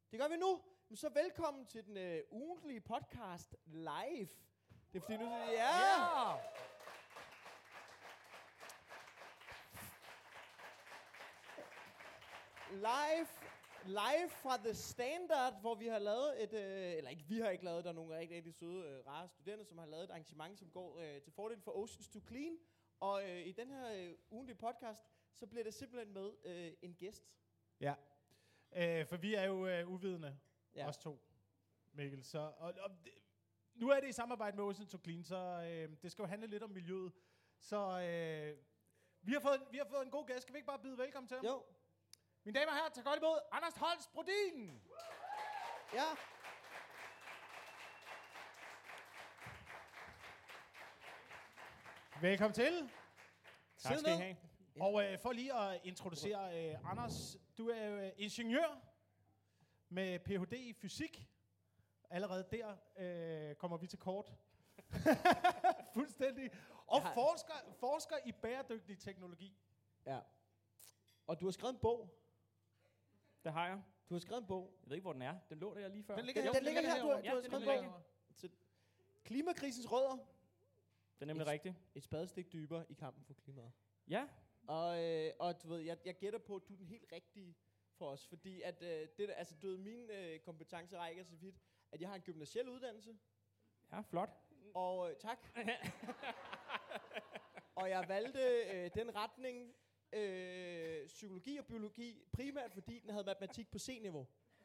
Det gør vi nu. Men så velkommen til den ugentlige podcast live. Det er fordi nu... Ja! Live fra The Standard, hvor vi har lavet et... eller ikke, vi har ikke lavet, der er nogle rigtig søde, rare studerende, som har lavet et arrangement, som går til fordel for Oceans to Clean. Og i den her ugentlige podcast, så bliver det simpelthen med en gæst. Ja, for vi er jo uvidende, os to, Mikkel. Så, nu er det i samarbejde med Oceans to Clean, så det skal jo handle lidt om miljøet. Så vi har fået en god gæst. Skal vi ikke bare byde velkommen til ham? Jo. Mine damer og herrer, tag godt imod Anders Holst Brodin. Ja. Velkommen til. Tak skal I have. Og for lige at introducere Anders, du er jo ingeniør med Ph.D. i fysik. Allerede der kommer vi til kort. Fuldstændig. Og forsker i bæredygtig teknologi. Ja. Og du har skrevet en bog. Det har jeg. Du har skrevet en bog. Jeg ved ikke, hvor den er. Den lå der lige før. Den ligger her. Du har skrevet en bog. Klimakrisens rødder. Det er nemlig rigtigt. Et spadestik dybere i kampen for klimaet. Ja. Og du ved, jeg gætter på, at du er den helt rigtige for os. Fordi at mine kompetencer rækker så vidt, at jeg har en gymnasiel uddannelse. Ja, flot. Og tak. Og jeg valgte den retning, psykologi og biologi, primært fordi den havde matematik på C-niveau.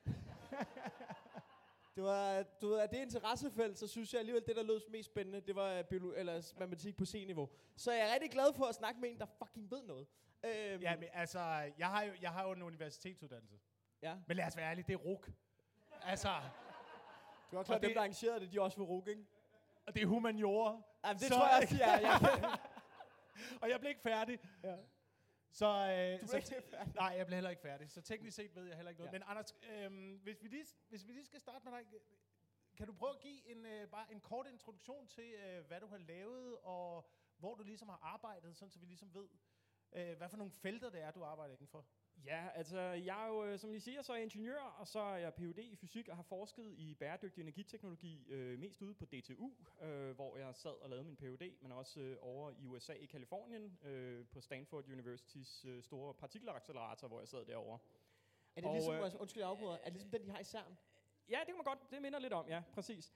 Det var, du ved, af det interessefelt, så synes jeg alligevel, det der lød mest spændende, det var matematik på C-niveau. Så jeg er rigtig glad for at snakke med en, der fucking ved noget. Ja, men altså, jeg har jo en universitetsuddannelse. Ja. Men lad os være ærlige, det er RUC. Altså... Du er også klar, dem, der arrangerede det, de er også for RUC, ikke? Og det er humaniora. Jamen, det tror jeg også, jeg Og jeg blev ikke færdig. Ja. Så, du blev ikke færdig? Nej, jeg blev heller ikke færdig. Så teknisk set ved jeg heller ikke noget. Ja. Men Anders, hvis vi lige skal starte med dig, kan du prøve at give bare en kort introduktion til, hvad du har lavet, og hvor du ligesom har arbejdet, sådan så vi ligesom ved, hvad for nogle felter det er, du arbejder inden for? Ja, altså jeg er jo, som I siger, så er jeg ingeniør, og så er jeg Ph.D. i fysik og har forsket i bæredygtig energiteknologi, mest ude på DTU, hvor jeg sad og lavede min Ph.D., men også over i USA i Kalifornien, på Stanford Universitys store partikelaccelerator, hvor jeg sad derovre. Er det ligesom, undskyld jeg afbryder, er det ligesom den, de har i CERN? Ja, det kan man godt, det minder lidt om, ja, præcis.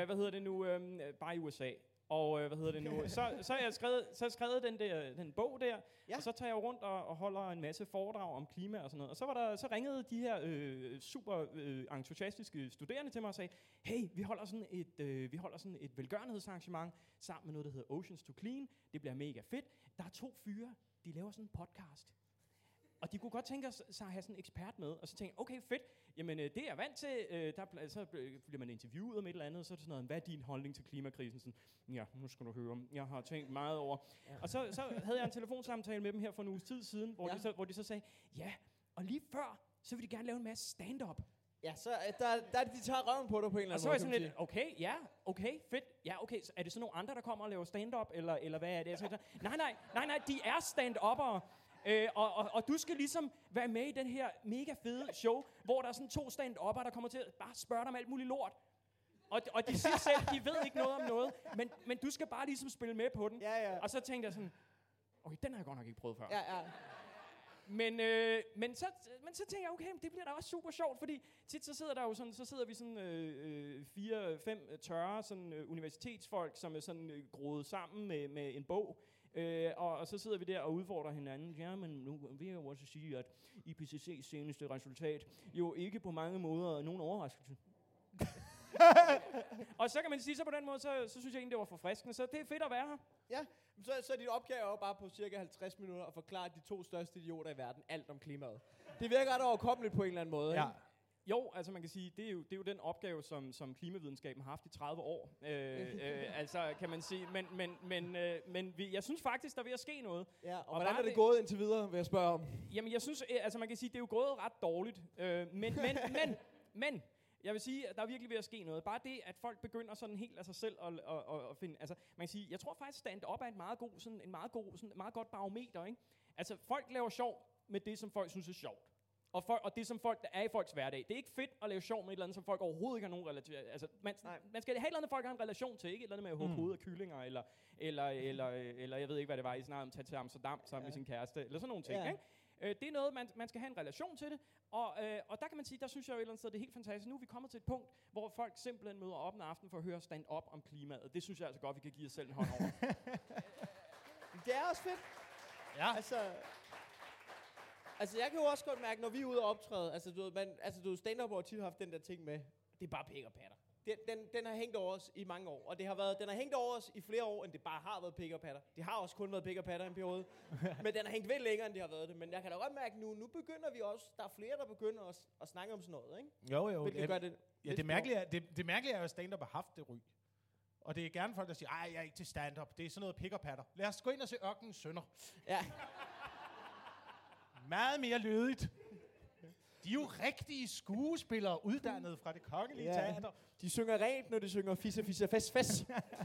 Bare i USA. Og så har jeg skrevet den bog der, ja. Og så tager jeg rundt og holder en masse foredrag om klima og sådan noget. Og så ringede de her super entusiastiske studerende til mig og sagde, hey, vi holder sådan et velgørenhedsarrangement sammen med noget, der hedder Oceans to Clean. Det bliver mega fedt. Der er 2 fyre, de laver sådan en podcast. Og de kunne godt tænke sig at have sådan en ekspert med, og så tænkte jeg, okay, fedt, jamen det er jeg vant til, så bliver man interviewet om et eller andet, så er det sådan noget, hvad er din holdning til klimakrisen? Sådan, ja, nu skal du høre, jeg har tænkt meget over. Ja. Og så havde jeg en telefonsamtale med dem her for en uges tid siden, hvor de så sagde, ja, og lige før, så vil de gerne lave en masse stand-up. Ja, så de tager røven på dig på en eller anden måde. Og så var jeg sådan lidt, okay, fedt, ja, okay, så er det så nogle andre, der kommer og laver stand-up, eller hvad er det? Så, nej, de er stand-uppere. Og du skal ligesom være med i den her mega fede show, hvor der er sådan 2 stand-upper, der kommer til at bare spørge dig om alt muligt lort. Og de siger selv, de ved ikke noget om noget, men du skal bare ligesom spille med på den. Ja. Og så tænkte jeg sådan, okay, den har jeg godt nok ikke prøvet før. Ja. Men så tænker jeg, okay, det bliver da også super sjovt, fordi tit så sidder vi sådan 4-5 tørre sådan universitetsfolk, som er sådan groet sammen med en bog. Og så sidder vi der og udfordrer hinanden. Ja, men nu vil jeg jo også sige, at IPCC's seneste resultat jo ikke på mange måder er nogen overraskelse. Og så kan man sige, så på den måde, så synes jeg egentlig, det var forfriskende. Så det er fedt at være her. Ja, så er dit opgave jo bare på cirka 50 minutter at forklare de 2 største idioter i verden alt om klimaet. Det virker ret overkommeligt på en eller anden måde, ja. Ikke? Jo, altså man kan sige, det er jo den opgave, som klimavidenskaben har haft i 30 år. Altså kan man sige, men jeg synes faktisk, der er ved at ske noget. Ja, og hvordan er det gået indtil videre, vil jeg spørge om? Jamen jeg synes, altså man kan sige, det er jo gået ret dårligt. Men jeg vil sige, at der er virkelig ved at ske noget. Bare det, at folk begynder sådan helt af sig selv at finde, altså man kan sige, jeg tror faktisk, stand-up er en meget godt barometer, ikke? Altså folk laver sjov med det, som folk synes er sjovt. og det som folk, der er i folks hverdag. Det er ikke fedt at lave sjov med et eller andet, som folk overhovedet ikke har nogen relation. Altså, man skal have et eller andet, folk har en relation til, ikke? Et eller andet med at hugge hovedet af kyllinger, eller jeg ved ikke, hvad det var, I snakkede om, tage til Amsterdam sammen med sin kæreste, eller sådan nogle ting, ikke? Det er noget, man skal have en relation til det, og der kan man sige, der synes jeg jo et eller andet sted, det er helt fantastisk. Nu er vi kommet til et punkt, hvor folk simpelthen møder op en aften for at høre stand-up om klimaet. Det synes jeg altså godt, vi kan give os selv en hånd over. Det er også fedt. Ja. Altså, jeg kan jo også godt mærke, når vi er ude og optræde, du ved, stand-up har tit haft den der ting med, det er bare pik og patter. Den har hængt over os i mange år, og den har hængt over os i flere år, end det bare har været pik og patter. Det har også kun været pik og patter en periode, men den har hængt ved længere, end det har været det. Men jeg kan da godt mærke nu begynder vi også, der er flere, der begynder at snakke om sådan noget, ikke? Jo. Det mærkelige er jo, at stand-up har haft det ry. Og det er gerne folk, der siger, ej, jeg er ikke til stand-up, det er sådan noget pik og patter. Lad os gå ind og se Ørkenens Sønner. Ja. Meget mere lødigt. De er jo rigtige skuespillere, uddannet fra Det Kongelige Teater. De synger rent, når de synger fisse, fes.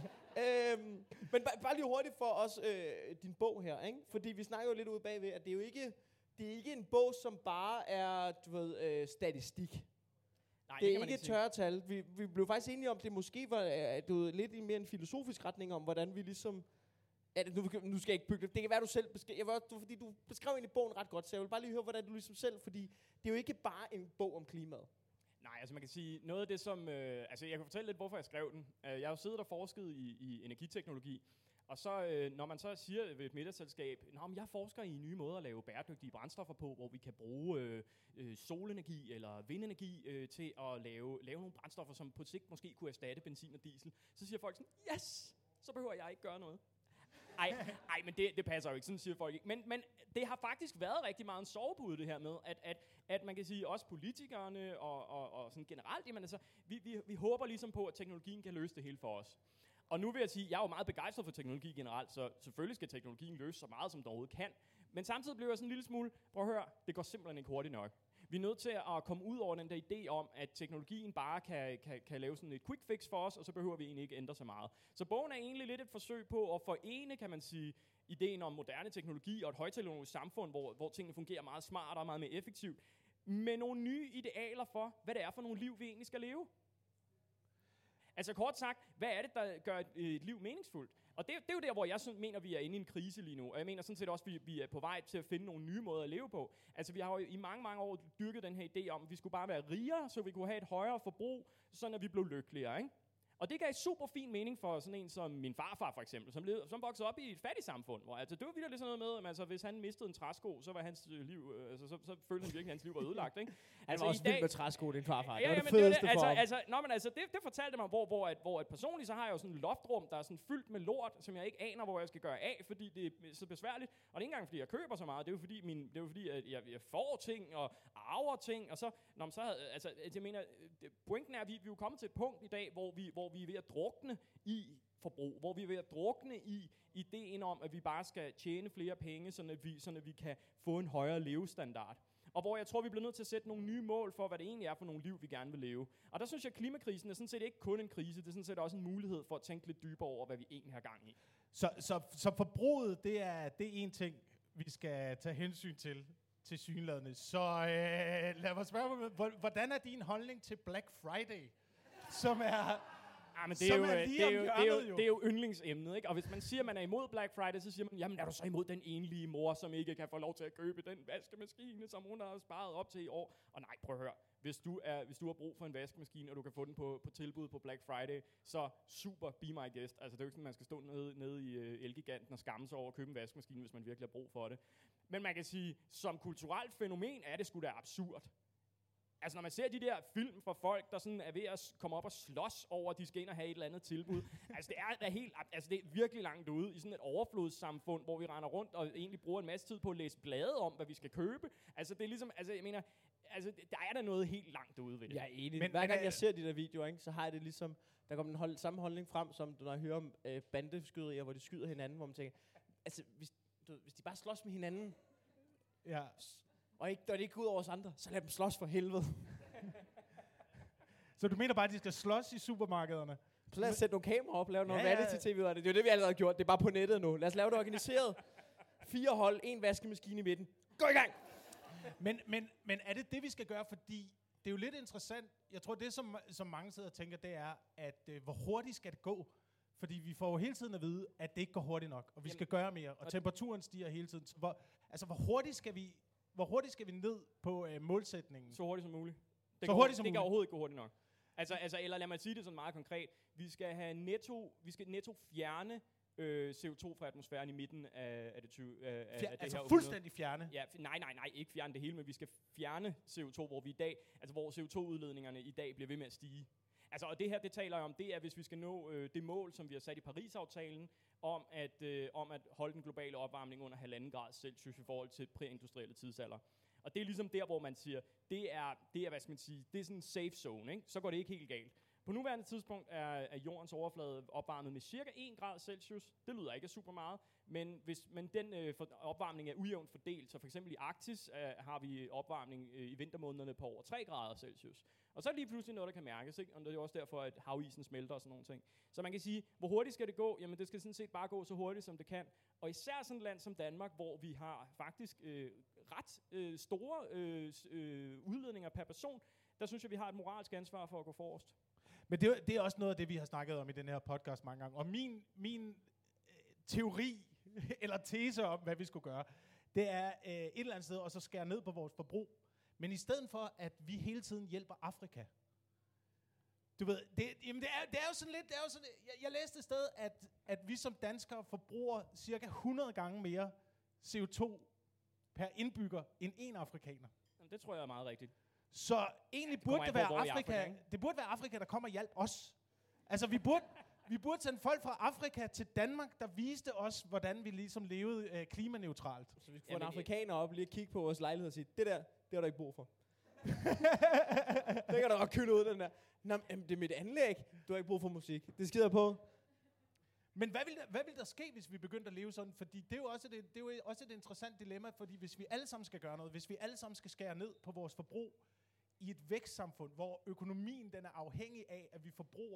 Men bare lige hurtigt for os, din bog her, ikke? Fordi vi snakker jo lidt ude bagved, at det er jo ikke en bog, som bare er, du ved, statistik. Nej, det er ikke tørre tal. Vi blev faktisk enige om, det måske var lidt i mere en filosofisk retning om, hvordan vi ligesom... Ja, nu skal jeg ikke bygge det. Det kan være, du selv fordi du beskrev egentlig bogen ret godt, så jeg vil bare lige høre, hvordan du ligesom selv... Fordi det er jo ikke bare en bog om klimaet. Nej, altså man kan sige, noget af det som... jeg kan fortælle lidt, hvorfor jeg skrev den. Jeg har jo siddet og forsket i energiteknologi, og så når man så siger ved et middagsselskab, men jeg forsker i nye måder at lave bæredygtige brændstoffer på, hvor vi kan bruge solenergi eller vindenergi til at lave nogle brændstoffer, som på sigt måske kunne erstatte benzin og diesel, så siger folk sådan, yes, så behøver jeg ikke gøre noget. Ej, men det passer jo ikke, sådan siger folk ikke. Men det har faktisk været rigtig meget en sovepude, det her med, at man kan sige, også politikerne og sådan generelt, jamen altså, vi håber ligesom på, at teknologien kan løse det hele for os. Og nu vil jeg sige, jeg er jo meget begejstret for teknologi generelt, så selvfølgelig skal teknologien løse så meget, som den overhovedet kan. Men samtidig bliver jeg sådan en lille smule, prøv at høre, det går simpelthen ikke hurtigt nok. Vi er nødt til at komme ud over den der idé om, at teknologien bare kan lave sådan et quick fix for os, og så behøver vi egentlig ikke ændre så meget. Så bogen er egentlig lidt et forsøg på at forene, kan man sige, ideen om moderne teknologi og et højteknologisk samfund, hvor tingene fungerer meget smartere og meget mere effektivt, med nogle nye idealer for, hvad det er for nogle liv, vi egentlig skal leve. Altså kort sagt, hvad er det, der gør et liv meningsfuldt? Og det er jo der, hvor jeg mener, vi er inde i en krise lige nu. Og jeg mener sådan set også, at vi er på vej til at finde nogle nye måder at leve på. Altså vi har jo i mange, mange år dyrket den her idé om, at vi skulle bare være rigere, så vi kunne have et højere forbrug, sådan at vi blev lykkeligere, ikke? Og det gav super fin mening for sådan en som min farfar for eksempel, som voksede op i et fattigt samfund, hvor altså, det var virkelig sådan noget med, at altså, hvis han mistede en træsko, så var hans liv, så følte han virkelig, at hans liv var ødelagt, ikke? Altså, også vildt med træsko, din farfar. Ja, det var det fedeste for ham. Det fortalte mig, hvor at personligt så har jeg jo sådan et loftrum, der er sådan fyldt med lort, som jeg ikke aner, hvor jeg skal gøre af, fordi det er så besværligt. Og det er ikke engang, fordi jeg køber så meget, det er jo fordi, at jeg får ting og arver ting, og så, jeg mener, pointen er, at vi er jo kommet til et punkt i dag, hvor vi er ved at drukne i forbrug, hvor vi er ved at drukne i ideen om, at vi bare skal tjene flere penge, sådan at vi kan få en højere levestandard. Og hvor jeg tror, vi bliver nødt til at sætte nogle nye mål for, hvad det egentlig er for nogle liv, vi gerne vil leve. Og der synes jeg, at klimakrisen er sådan set ikke kun en krise, det er sådan set også en mulighed for at tænke lidt dybere over, hvad vi egentlig har gang i. Så forbruget, det er en ting, vi skal tage hensyn til synlædende. Så lad mig spørge, hvordan er din holdning til Black Friday, som er... Ja, men det er jo yndlingsemnet, ikke? Og hvis man siger, at man er imod Black Friday, så siger man, jamen er du så imod den enlige mor, som ikke kan få lov til at købe den vaskemaskine, som hun har sparet op til i år? Og nej, prøv at høre. Hvis du har brug for en vaskemaskine, og du kan få den på tilbud på Black Friday, så super, be my guest. Altså det er jo ikke sådan, man skal stå nede i Elgiganten og skamme sig over at købe en vaskemaskine, hvis man virkelig har brug for det. Men man kan sige, som kulturelt fænomen er det sgu da absurd. Altså når man ser de der film fra folk, der sådan er ved at komme op og slås over, at de skal ind og have et eller andet tilbud. Altså det er virkelig langt ude i sådan et overflodssamfund, hvor vi render rundt og egentlig bruger en masse tid på at læse blade om, hvad vi skal købe. Altså det er ligesom, jeg mener, der er der noget helt langt ude ved det. Jeg er enig. Men hver gang jeg ser de der videoer, ikke, så har jeg det ligesom, der kommer den samme holdning frem, som når jeg hører om bandeskyderier, hvor de skyder hinanden, hvor man tænker, altså hvis de bare slås med hinanden, ja. Og det ikke går ud over os andre, så lad dem slås for helvede. Så du mener bare, at de skal slås i supermarkederne? Så lad os sætte nogle kameraer op, lave noget reality-tv ud af det. Det er jo det, vi allerede har gjort. Det er bare på nettet nu. Lad os lave det organiseret. 4 hold, 1 vaskemaskine i midten. Gå i gang! Men er det, vi skal gøre? Fordi det er jo lidt interessant. Jeg tror, det som mange sidder og tænker, det er, at hvor hurtigt skal det gå? Fordi vi får jo hele tiden at vide, at det ikke går hurtigt nok, og vi skal gøre mere, og temperaturen stiger hele tiden. Så hvor hurtigt skal vi ned på målsætningen? Så hurtigt som muligt. Det kan overhovedet ikke gå hurtigt nok. Altså, eller lad mig sige det sådan meget konkret. Vi skal netto fjerne CO2 fra atmosfæren i midten af det 20. Altså det fuldstændig fjerne? Ja, nej, ikke fjerne det hele, men vi skal fjerne CO2, hvor CO2-udledningerne i dag bliver ved med at stige. Altså, og det her, det taler jeg om, det er, hvis vi skal nå det mål, som vi har sat i Paris-aftalen, om at holde den globale opvarmning under 1,5 grader Celsius i forhold til præindustrielle tidsalder. Og det er ligesom der, hvor man siger, det er hvad skal man sige, det er sådan en safe zone, ikke? Så går det ikke helt galt. På nuværende tidspunkt er jordens overflade opvarmet med cirka 1 grad Celsius. Det lyder ikke super meget, men den opvarmning er ujævnt fordelt. Så for eksempel i Arktis har vi opvarmning i vintermånederne på over 3 grader Celsius. Og så er det lige pludselig noget, der kan mærkes, ikke? Og det er også derfor, at havisen smelter og sådan nogle ting. Så man kan sige, hvor hurtigt skal det gå? Jamen det skal sådan set bare gå så hurtigt, som det kan. Og især sådan et land som Danmark, hvor vi har faktisk ret store udledninger per person, der synes jeg, vi har et moralsk ansvar for at gå forrest. Men det er også noget af det, vi har snakket om i den her podcast mange gange. Og min teori, eller tese om, hvad vi skulle gøre, det er et eller andet sted at så skære ned på vores forbrug. Men i stedet for, at vi hele tiden hjælper Afrika. Du ved, det er jo sådan lidt, jeg læste et sted, at vi som danskere forbruger cirka 100 gange mere CO2 per indbygger end en afrikaner. Jamen, det tror jeg er meget rigtigt. Så egentlig burde det være Afrika, der kommer og hjælper os. Altså, vi burde sende folk fra Afrika til Danmark, der viste os, hvordan vi ligesom levede klimaneutralt. Så vi kan få en afrikaner op lige at kigge på vores lejlighed og sige, det der, det har du ikke brug for. Det kan du nok kylde ud, den der. Nå, det er mit anlæg. Du har ikke brug for musik. Det skider på. Men hvad vil der ske, hvis vi begyndte at leve sådan? Fordi det er jo også et interessant dilemma, fordi hvis vi alle sammen skal gøre noget, hvis vi alle sammen skal skære ned på vores forbrug i et vækstsamfund, hvor økonomien den er afhængig af, at vi forbruger,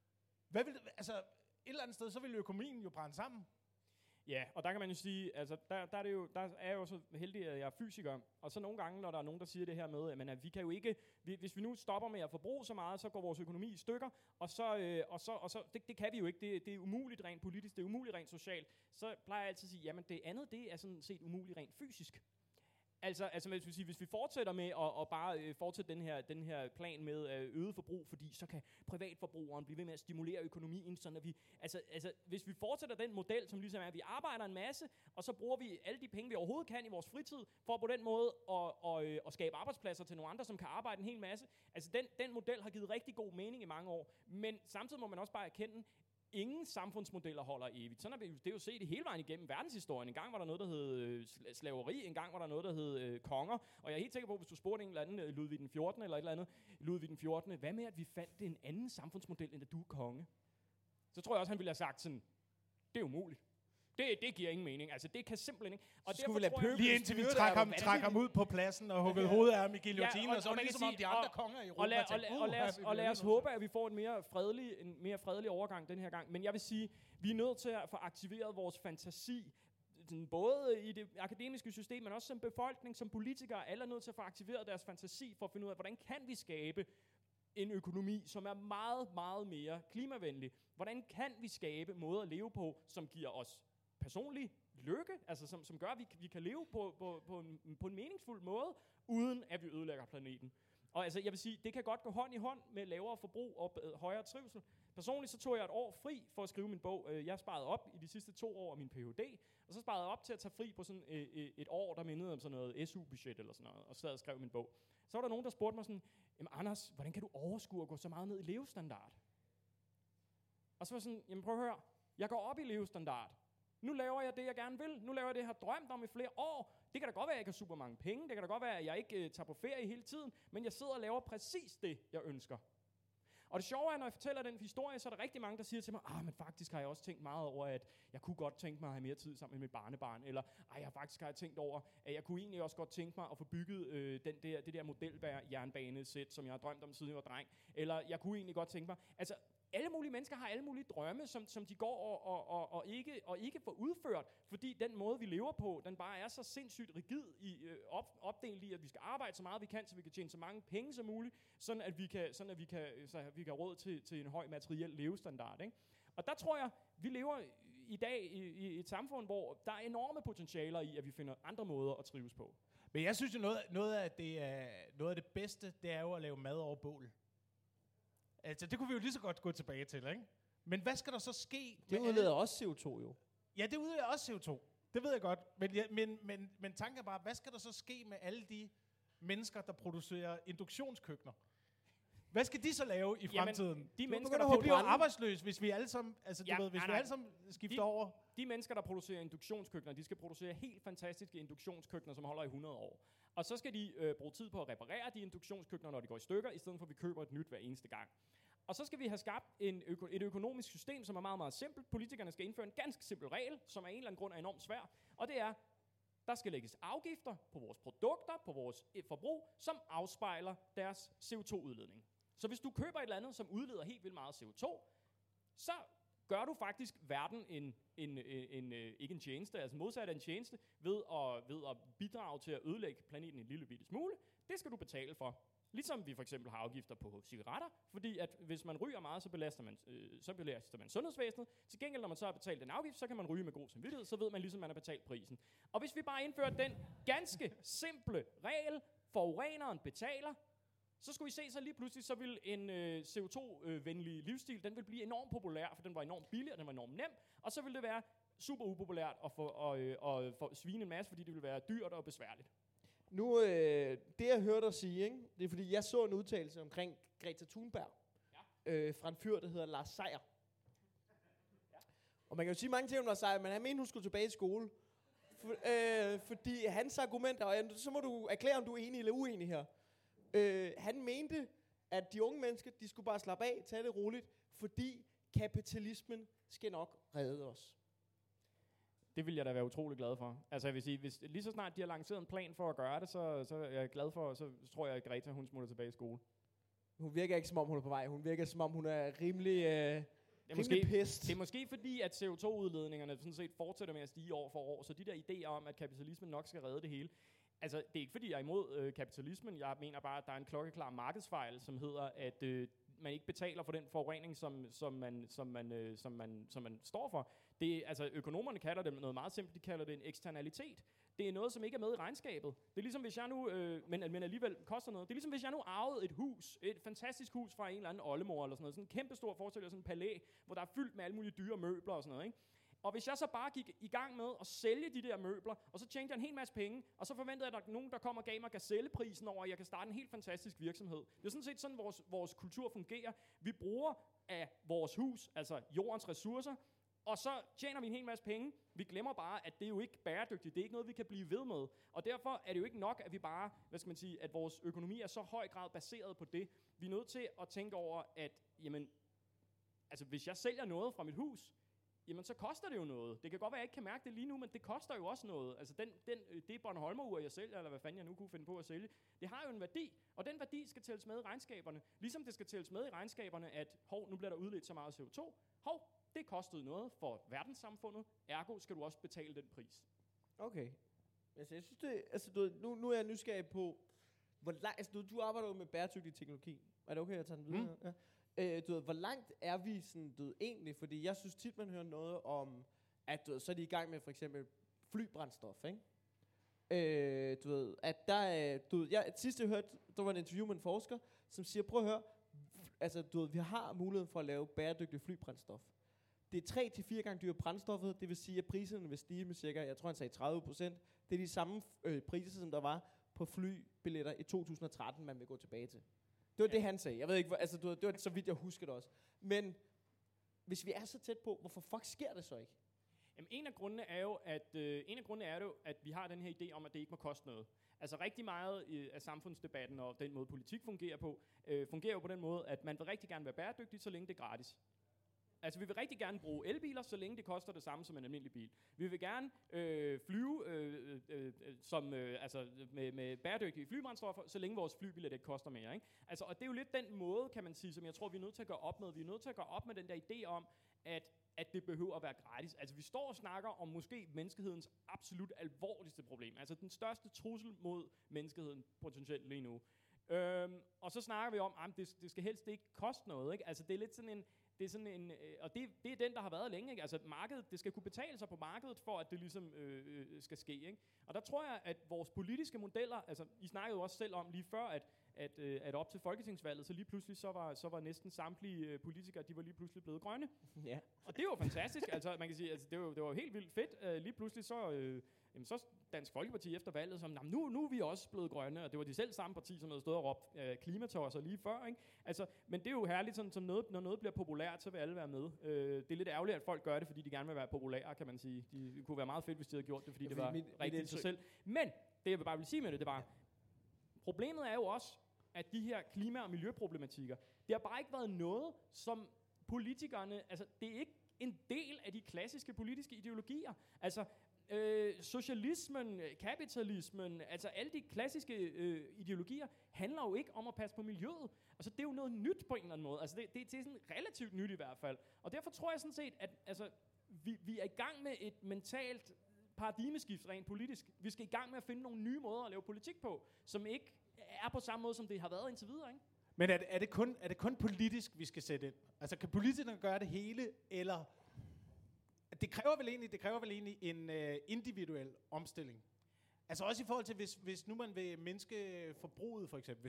et eller andet sted, så vil økonomien jo brænde sammen. Ja, og der kan man jo sige, altså der er jeg jo så heldig, at jeg er fysiker, og så nogle gange, når der er nogen, der siger det her med, at vi kan jo ikke, hvis vi nu stopper med at forbruge så meget, så går vores økonomi i stykker, og så det kan vi jo ikke, det er umuligt rent politisk, det er umuligt rent socialt, så plejer jeg altid at sige, jamen det andet, det er sådan set umuligt rent fysisk. Altså hvis vi fortsætter med at bare fortsætte den her plan med øget forbrug, fordi så kan privatforbrugeren blive ved med at stimulere økonomien, sådan at vi, altså hvis vi fortsætter den model, som ligesom er, at vi arbejder en masse, og så bruger vi alle de penge, vi overhovedet kan i vores fritid, for på den måde at skabe arbejdspladser til nogle andre, som kan arbejde en hel masse. Altså den model har givet rigtig god mening i mange år, men samtidig må man også bare erkende, ingen samfundsmodeller holder evigt. Sådan har vi det jo set i hele vejen igennem verdenshistorien. En gang var der noget, der hed slaveri, en gang var der noget, der hed konger. Og jeg er helt sikker på, hvis du spurgte en eller anden Ludvig den 14. eller et eller andet, Ludvig den 14. Hvad med, at vi fandt en anden samfundsmodel, end at du er konge? Så tror jeg også, han ville have sagt sådan, det er umuligt. Det giver ingen mening. Altså, det kan simpelthen ikke. Og så skulle vi lade pøblen lige indtil vi trækker ham ud på pladsen og hugget hovedet af ham i guillotinen, og så ligesom om de andre konger i Europa. Og lad os håbe, at vi får en mere fredelig overgang den her gang. Men jeg vil sige, vi er nødt til at få aktiveret vores fantasi, både i det akademiske system, men også som befolkning, som politikere. Alle er nødt til at få aktiveret deres fantasi for at finde ud af, hvordan kan vi skabe en økonomi, som er meget, meget mere klimavenlig. Hvordan kan vi skabe måder at leve på, som giver os personlig lykke, altså som gør, at vi kan leve på en meningsfuld måde, uden at vi ødelægger planeten. Og altså, jeg vil sige, det kan godt gå hånd i hånd med lavere forbrug og højere trivsel. Personligt så tog jeg et år fri for at skrive min bog. Jeg sparede op i de sidste 2 år af min Ph.D., og så sparede jeg op til at tage fri på sådan et år, der mindede om sådan noget SU-budget eller sådan noget, og så sad og skrev min bog. Så var der nogen, der spurgte mig sådan, jamen Anders, hvordan kan du overskue at gå så meget ned i levestandard? Og så var sådan, jamen prøv at høre, jeg går op i levestandard. Nu laver jeg det, jeg gerne vil. Nu laver jeg det, jeg har drømt om i flere år. Det kan da godt være, at jeg ikke har super mange penge. Det kan da godt være, at jeg ikke tager på ferie hele tiden. Men jeg sidder og laver præcis det, jeg ønsker. Og det sjove er, når jeg fortæller den historie, så er der rigtig mange, der siger til mig, men faktisk har jeg også tænkt meget over, at jeg kunne godt tænke mig at have mere tid sammen med mit barnebarn. Eller, faktisk har jeg tænkt over, at jeg kunne egentlig også godt tænke mig at få bygget det der modelbær jernbanesæt, som jeg har drømt om, siden jeg var dreng. Eller, jeg kunne egentlig godt tænke mig... Altså, alle mulige mennesker har alle mulige drømme, som de går og ikke får udført, fordi den måde, vi lever på, den bare er så sindssygt rigid opdelt i, at vi skal arbejde så meget vi kan, så vi kan tjene så mange penge som muligt, sådan at vi kan råd til en høj materiel levestandard. Ikke? Og der tror jeg, vi lever i dag i et samfund, hvor der er enorme potentialer i, at vi finder andre måder at trives på. Men jeg synes jo, noget af det bedste, det er jo at lave mad over bål. Altså, det kunne vi jo lige så godt gå tilbage til, ikke? Men hvad skal der så ske? Det udleder også CO2 jo. Ja, det udleder også CO2. Det ved jeg godt. Men tanken er bare, hvad skal der så ske med alle de mennesker, der producerer induktionskøkkener? Hvad skal de så lave i fremtiden? De mennesker, der bliver arbejdsløse, hvis vi alle sammen, alle sammen skifter over. De mennesker, der producerer induktionskøkkener, de skal producere helt fantastiske induktionskøkkener, som holder i 100 år. Og så skal de bruge tid på at reparere de induktionskøkkener, når de går i stykker, i stedet for at vi køber et nyt hver eneste gang. Og så skal vi have skabt et økonomisk system, som er meget, meget simpelt. Politikerne skal indføre en ganske simpel regel, som af en eller anden grund er enormt svær. Og det er, der skal lægges afgifter på vores produkter, på vores forbrug, som afspejler deres CO2-udledning. Så hvis du køber et eller andet, som udleder helt vildt meget CO2, så gør du faktisk verden ikke en tjeneste, altså modsat en tjeneste, ved at bidrage til at ødelægge planeten en lille bitte smule. Det skal du betale for. Ligesom vi for eksempel har afgifter på cigaretter, fordi at hvis man ryger meget, så belaster man sundhedsvæsenet. Til gengæld, når man så har betalt en afgift, så kan man ryge med god samvittighed, så ved man ligesom, man har betalt prisen. Og hvis vi bare indfører den ganske simple regel, forureneren betaler, så skulle I se, så lige pludselig, så vil en CO2-venlig livsstil, den vil blive enormt populær, for den var enormt billig, og den var enormt nem, og så vil det være super upopulært at få svine en masse, fordi det vil være dyrt og besværligt. Nu, det jeg hørte dig sige, ikke? Det er fordi, jeg så en udtalelse omkring Greta Thunberg, fra en fyr, der hedder Lars Seier. Ja. Og man kan jo sige mange ting om Lars Seier, men han mente, hun skulle tilbage i skole. Fordi hans argumenter, og så må du erklære, om du er enig eller uenig her. Han mente, at de unge mennesker, de skulle bare slappe af, tage det roligt, fordi kapitalismen skal nok redde os. Det vil jeg da være utrolig glad for. Altså jeg vil sige, hvis lige så snart de har lanceret en plan for at gøre det, så er jeg glad for, så tror jeg, at Greta, hun smutter tilbage i skole. Hun virker ikke, som om hun er på vej. Hun virker, som om hun er rimelig pissed. Det er måske fordi, at CO2-udledningerne sådan set fortsætter med at stige år for år, så de der idéer om, at kapitalismen nok skal redde det hele. Altså, det er ikke fordi, jeg er imod kapitalismen. Jeg mener bare, at der er en klokkeklar markedsfejl, som hedder, at man ikke betaler for den forurening, som man står for. Det, altså, økonomerne kalder det noget meget simpelt. De kalder det en eksternalitet. Det er noget, som ikke er med i regnskabet. Det er ligesom, hvis jeg nu, men alligevel koster noget. Det er ligesom, hvis jeg nu arvede et hus, et fantastisk hus fra en eller anden oldemor, eller sådan noget. Sådan en kæmpe stor forestilling, sådan en palæ, hvor der er fyldt med alle mulige dyre møbler og sådan noget, ikke? Og hvis jeg så bare gik i gang med at sælge de der møbler, og så tjente jeg en hel masse penge, og så forventede jeg, at der er nogen, der kommer og gav mig gazelleprisen over, at jeg kan starte en helt fantastisk virksomhed. Det er sådan set sådan, vores kultur fungerer. Vi bruger af vores hus, altså jordens ressourcer, og så tjener vi en hel masse penge. Vi glemmer bare, at det er jo ikke bæredygtigt. Det er ikke noget, vi kan blive ved med. Og derfor er det jo ikke nok, at vi bare, at vores økonomi er så høj grad baseret på det. Vi er nødt til at tænke over, at jamen, altså, hvis jeg sælger noget fra mit hus, jamen så koster det jo noget. Det kan godt være, at jeg ikke kan mærke det lige nu, men det koster jo også noget. Altså det Bornholmer-ur, jeg sælger, eller hvad fanden jeg nu kunne finde på at sælge, det har jo en værdi, og den værdi skal tælles med i regnskaberne. Ligesom det skal tælles med i regnskaberne, at nu bliver der udledt så meget CO2. Det kostede noget for verdenssamfundet, ergo skal du også betale den pris. Okay. Altså jeg synes det, altså nu er jeg nysgerrig på, hvor langt, altså du arbejder jo med bæredygtig teknologi. Er det okay, at tage den videre? Ja. Hvor langt er vi sådan, egentlig? Fordi jeg synes tit, man hører noget om, at så er de i gang med for eksempel flybrændstof, ikke? At der sidst jeg hørte, der var en interview med en forsker, som siger, prøv at høre, altså vi har muligheden for at lave bæredygtig flybrændstof. Det er 3-4 gange dyrere brændstoffet, det vil sige, at priserne vil stige med cirka, jeg tror han sagde 30%. Det er de samme priser, som der var på flybilletter i 2013, man vil gå tilbage til. Det var det, han sagde. Jeg ved ikke, altså, det var så vidt, jeg husker det også. Men hvis vi er så tæt på, hvorfor fuck sker det så ikke? Jamen, en af grundene er jo, at vi har den her idé om, at det ikke må koste noget. Altså rigtig meget af samfundsdebatten og den måde, politik fungerer jo på den måde, at man vil rigtig gerne være bæredygtig, så længe det er gratis. Altså, vi vil rigtig gerne bruge elbiler, så længe det koster det samme som en almindelig bil. Vi vil gerne flyve med bæredygtige flybrændstoffer, så længe vores flybillet ikke koster mere. Ikke? Altså, og det er jo lidt den måde, kan man sige, som jeg tror, vi er nødt til at gøre op med. Vi er nødt til at gøre op med den der idé om, at det behøver at være gratis. Altså, vi står og snakker om måske menneskehedens absolut alvorligste problem. Altså, den største trussel mod menneskeheden potentielt lige nu. Og så snakker vi om, at det skal helst ikke koste noget. Ikke? Altså, det er lidt sådan en... og det er den, der har været længe. Ikke? Altså markedet, det skal kunne betale sig på markedet, for at det ligesom skal ske. Ikke? Og der tror jeg, at vores politiske modeller, altså I snakkede jo også selv om lige før, at op til folketingsvalget, så lige pludselig så var næsten samtlige politikere, de var lige pludselig blevet grønne. Ja. Og det var fantastisk. Altså man kan sige, altså, det var helt vildt fedt. Lige pludselig så Dansk Folkeparti efter valget, som nu er vi også blevet grønne, og det var de selv samme parti, som havde stået og råbt klimatosser lige før. Ikke? Altså, men det er jo herligt, sådan, når noget bliver populært, så vil alle være med. Det er lidt ærgerligt, at folk gør det, fordi de gerne vil være populære, kan man sige. Det kunne være meget fedt, hvis de havde gjort det, fordi det var rigtigt i sig selv. Men det, jeg bare vil sige med det var, problemet er jo også, at de her klima- og miljøproblematikker, det har bare ikke været noget, som politikerne, altså det er ikke en del af de klassiske politiske ideologier. Altså, socialismen, kapitalismen, altså alle de klassiske ideologier, handler jo ikke om at passe på miljøet. Altså det er jo noget nyt på en eller anden måde. Altså det er sådan relativt nyt i hvert fald. Og derfor tror jeg sådan set, at altså, vi er i gang med et mentalt paradigmeskift rent politisk. Vi skal i gang med at finde nogle nye måder at lave politik på, som ikke er på samme måde, som det har været indtil videre, ikke? Men er det kun politisk, vi skal sætte ind? Altså kan politikerne gøre det hele, eller... Det kræver vel egentlig en individuel omstilling. Altså også i forhold til, hvis nu man vil mindske forbruget, for eksempel.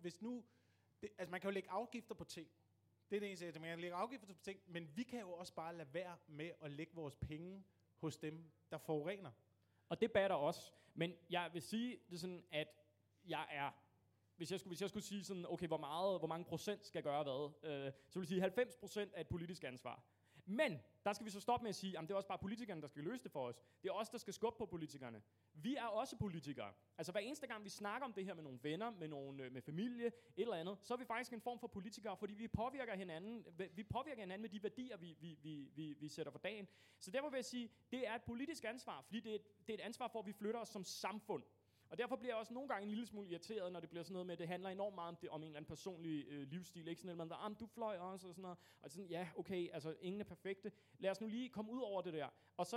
Altså man kan jo lægge afgifter på ting. Det er det eneste, man kan lægge afgifter på ting, men vi kan jo også bare lade være med at lægge vores penge hos dem, der forurener. Og det batter også. Men jeg vil sige det sådan, at jeg er... Hvis jeg skulle sige sådan, okay, hvor mange procent skal gøre hvad, så vil jeg sige 90% er et politisk ansvar. Men der skal vi så stoppe med at sige, at det er også bare politikerne, der skal løse det for os. Det er os, der skal skubbe på politikerne. Vi er også politikere. Altså hver eneste gang, vi snakker om det her med nogle venner, med familie, et eller andet, så er vi faktisk en form for politikere, fordi vi påvirker hinanden med de værdier, vi sætter for dagen. Så derfor vil jeg sige, det er et politisk ansvar, fordi det er et ansvar for, at vi flytter os som samfund. Og derfor bliver jeg også nogle gange en lille smule irriteret, når det bliver sådan noget med, at det handler enormt meget om en eller anden personlig livsstil. Ikke sådan noget, man du fløj også, og sådan noget. Og sådan, ja, okay, altså ingen er perfekte. Lad os nu lige komme ud over det der.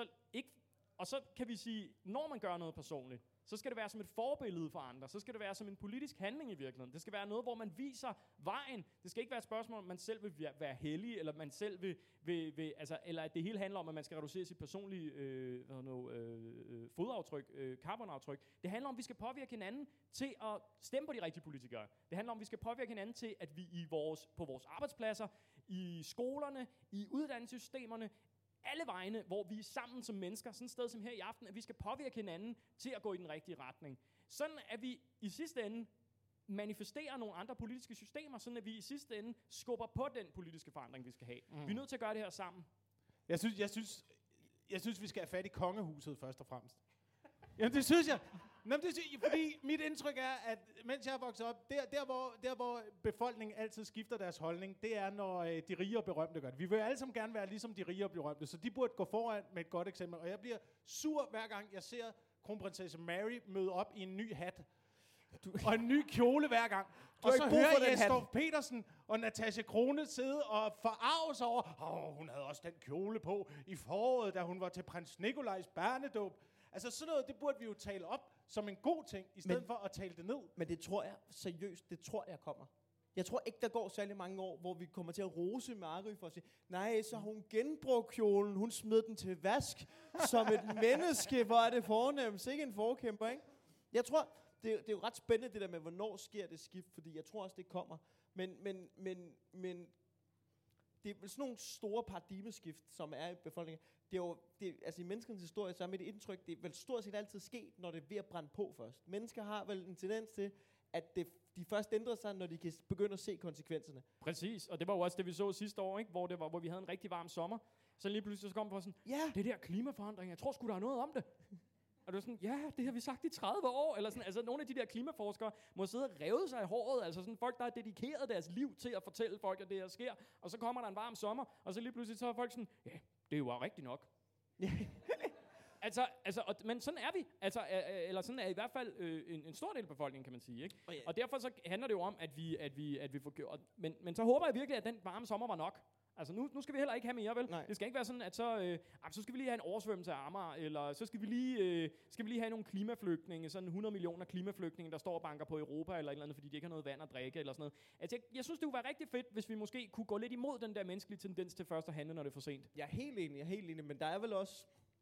Og så kan vi sige, når man gør noget personligt, så skal det være som et forbillede for andre. Så skal det være som en politisk handling i virkeligheden. Det skal være noget, hvor man viser vejen. Det skal ikke være et spørgsmål, om man selv vil være hellig, eller man selv vil eller at det hele handler om, at man skal reducere sit personlige fodaftryk, carbonaftryk. Det handler om, at vi skal påvirke hinanden til at stemme på de rigtige politikere. Det handler om, at vi skal påvirke hinanden til, at vi på vores arbejdspladser, i skolerne, i uddannelsessystemerne, alle vegne, hvor vi er sammen som mennesker, sådan et sted som her i aften, at vi skal påvirke hinanden til at gå i den rigtige retning. Sådan at vi i sidste ende manifesterer nogle andre politiske systemer, sådan at vi i sidste ende skubber på den politiske forandring, vi skal have. Vi er nødt til at gøre det her sammen. Jeg synes vi skal have fat i kongehuset først og fremmest. Jamen det synes jeg. Fordi mit indtryk er, at mens jeg er vokset op, der hvor befolkningen altid skifter deres holdning, det er, når de rige og berømte gør det. Vi vil alle sammen gerne være ligesom de rige og berømte, så de burde gå foran med et godt eksempel. Og jeg bliver sur, hver gang jeg ser kronprinsesse Mary møde op i en ny hat. Og en ny kjole hver gang. Og så hører jeg Stoff Petersen og Natasja Crone sidde og forarve sig over, hun havde også den kjole på i foråret, da hun var til prins Nikolajs børnedåb. Altså sådan noget, det burde vi jo tale op som en god ting, i stedet for at tale det ned. Men det tror jeg seriøst, kommer. Jeg tror ikke, der går særlig mange år, hvor vi kommer til at rose Mary for at sige, nej, så hun genbrugte kjolen, hun smed den til vask, som et menneske, hvor er det fornemt, ikke en forkæmper, ikke? Jeg tror, det er jo ret spændende det der med, hvornår sker det skift, fordi jeg tror også, det kommer. Men det er vel sådan nogle store paradigmeskift, som er i befolkningen. Altså i menneskens historie, så er mit indtryk, det er vel stort set altid sket, når det er ved at brænde på først. Mennesker har vel en tendens til, at de først ændrer sig, når de kan begynde at se konsekvenserne. Præcis, og det var jo også det, vi så sidste år, ikke? Hvor vi havde en rigtig varm sommer. Så lige pludselig så kom på sådan, det der klimaforandring, jeg tror sgu, der er noget om det. Og det var sådan, ja, det har vi sagt i 30 år, eller sådan, altså nogle af de der klimaforskere må sidde og reve sig i håret, altså sådan folk, der har dedikeret deres liv til at fortælle folk, at det her sker, og så kommer der en varm sommer, og så lige pludselig så er folk sådan, ja, det er jo rigtigt nok. Men sådan er vi. Eller sådan er i hvert fald en stor del af befolkningen, kan man sige. Ikke? Og derfor så handler det jo om, at vi får gjort. Men så håber jeg virkelig, at den varme sommer var nok. Altså nu skal vi heller ikke have mere, vel? Nej. Det skal ikke være sådan, at så skal vi lige have en oversvømmelse af Amager, eller så skal vi lige have nogle klimaflygtninge, sådan 100 millioner klimaflygtninge, der står og banker på Europa, eller et eller andet, fordi de ikke har noget vand at drikke, eller sådan noget. Altså, jeg synes, det kunne være rigtig fedt, hvis vi måske kunne gå lidt imod den der menneskelige tendens til først at handle, når det er for sent. Jeg er helt enig, men der er vel også...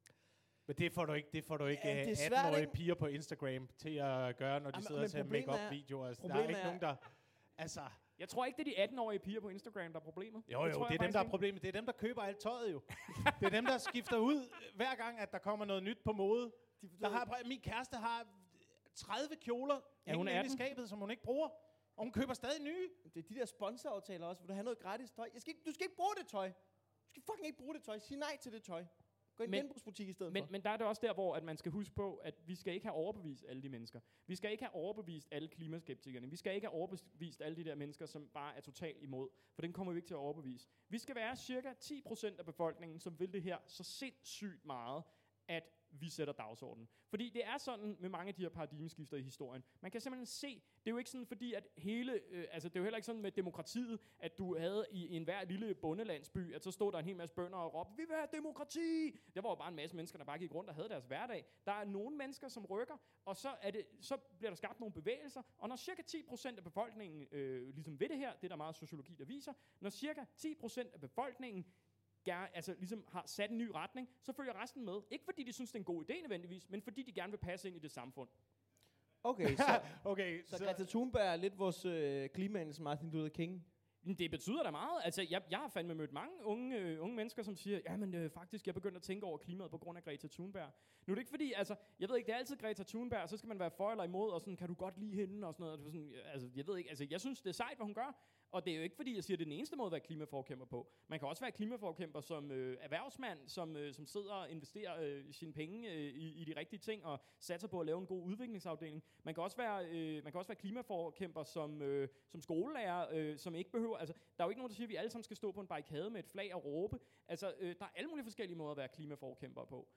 Men det får du ikke 18-årige piger på Instagram til at gøre, når de sidder og ser make-up-videoer. Altså, der er ikke nogen, der... Altså... Jeg tror ikke, det er de 18-årige piger på Instagram, der er problemet. Jo, det er dem, der er problemet. Det er dem, der køber alt tøjet jo. Det er dem, der skifter ud, hver gang, at der kommer noget nyt på mode. Min kæreste har 30 kjoler i skabet, som hun ikke bruger. Og hun køber stadig nye. Det er de der sponsoraftaler også, hvor du har noget gratis tøj. Du skal ikke bruge det tøj. Du skal fucking ikke bruge det tøj. Sig nej til det tøj. Gå i en genbrugsbutik i stedet for. Men der er det også der, hvor at man skal huske på, at vi skal ikke have overbevist alle de mennesker. Vi skal ikke have overbevist alle klimaskeptikerne. Vi skal ikke have overbevist alle de der mennesker, som bare er totalt imod. For den kommer vi ikke til at overbevise. Vi skal være cirka 10% af befolkningen, som vil det her så sindssygt meget, at vi sætter dagsordenen. Fordi det er sådan med mange af de her paradigmeskifter i historien. Man kan simpelthen se, det er jo ikke sådan fordi, at hele, altså det er jo heller ikke sådan med demokratiet, at du havde i enhver lille bondelandsby, at så stod der en hel masse bønder og råbte, vi vil have demokrati! Det var jo bare en masse mennesker, der bare gik rundt og havde deres hverdag. Der er nogle mennesker, som rykker, og så bliver der skabt nogle bevægelser, og når cirka 10% af befolkningen ligesom ved det her, det er der meget sociologi, der viser, når cirka 10% af befolkningen ligesom har sat en ny retning, så følger resten med. Ikke fordi de synes, det er en god idé nødvendigvis, men fordi de gerne vil passe ind i det samfund. Okay, så Greta Thunberg er lidt vores klimaens Martin Luther King. Det betyder da meget. Altså, jeg har fandme mødt mange unge mennesker, som siger, jamen faktisk, jeg begyndte at tænke over klimaet på grund af Greta Thunberg. Nu er det ikke fordi, altså, jeg ved ikke, det er altid Greta Thunberg, og så skal man være for eller imod, og sådan, kan du godt lide hende, og sådan noget. Sådan, altså, jeg ved ikke, altså, jeg synes, det er sejt, hvad hun gør, og det er jo ikke fordi, jeg siger, det er den eneste måde at være klimaforkæmper på. Man kan også være klimaforkæmper som erhvervsmand, som sidder og investerer sine penge i de rigtige ting, og satser på at lave en god udviklingsafdeling. Man kan også være klimaforkæmper som skolelærer, som ikke behøver, altså, der er jo ikke nogen, der siger, at vi alle sammen skal stå på en barrikade med et flag og råbe. Altså, der er alle mulige forskellige måder at være klimaforkæmper på.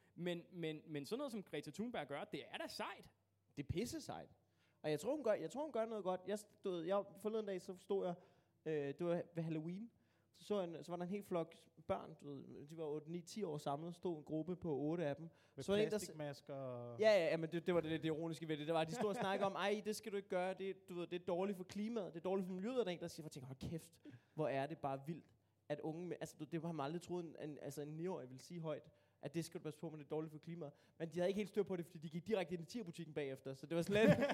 Men sådan noget, som Greta Thunberg gør, det er da sejt. Det er pisse sejt. Og jeg tror, hun gør noget godt. Jeg forleden dag, så stod jeg, det var ved Halloween, så var der en hel flok børn, de var 8-9-10 år samlet, stod en gruppe på 8 af dem. Med så plastikmasker? Ja, men det var det ironiske ved det. Det var, de stod og snakkede om, det skal du ikke gøre, det er dårligt for klimaet, det er dårligt for miljøet, og der er en, der siger, for tænker, hold kæft, hvor er det bare vildt, at unge, altså det har man aldrig troet, en 9-årig ville sige højt, at det skal du passe på, men det er dårligt for klimaet. Men de havde ikke helt styr på det, fordi de gik direkte ind i tierbutikken bagefter, så det var sådan lidt...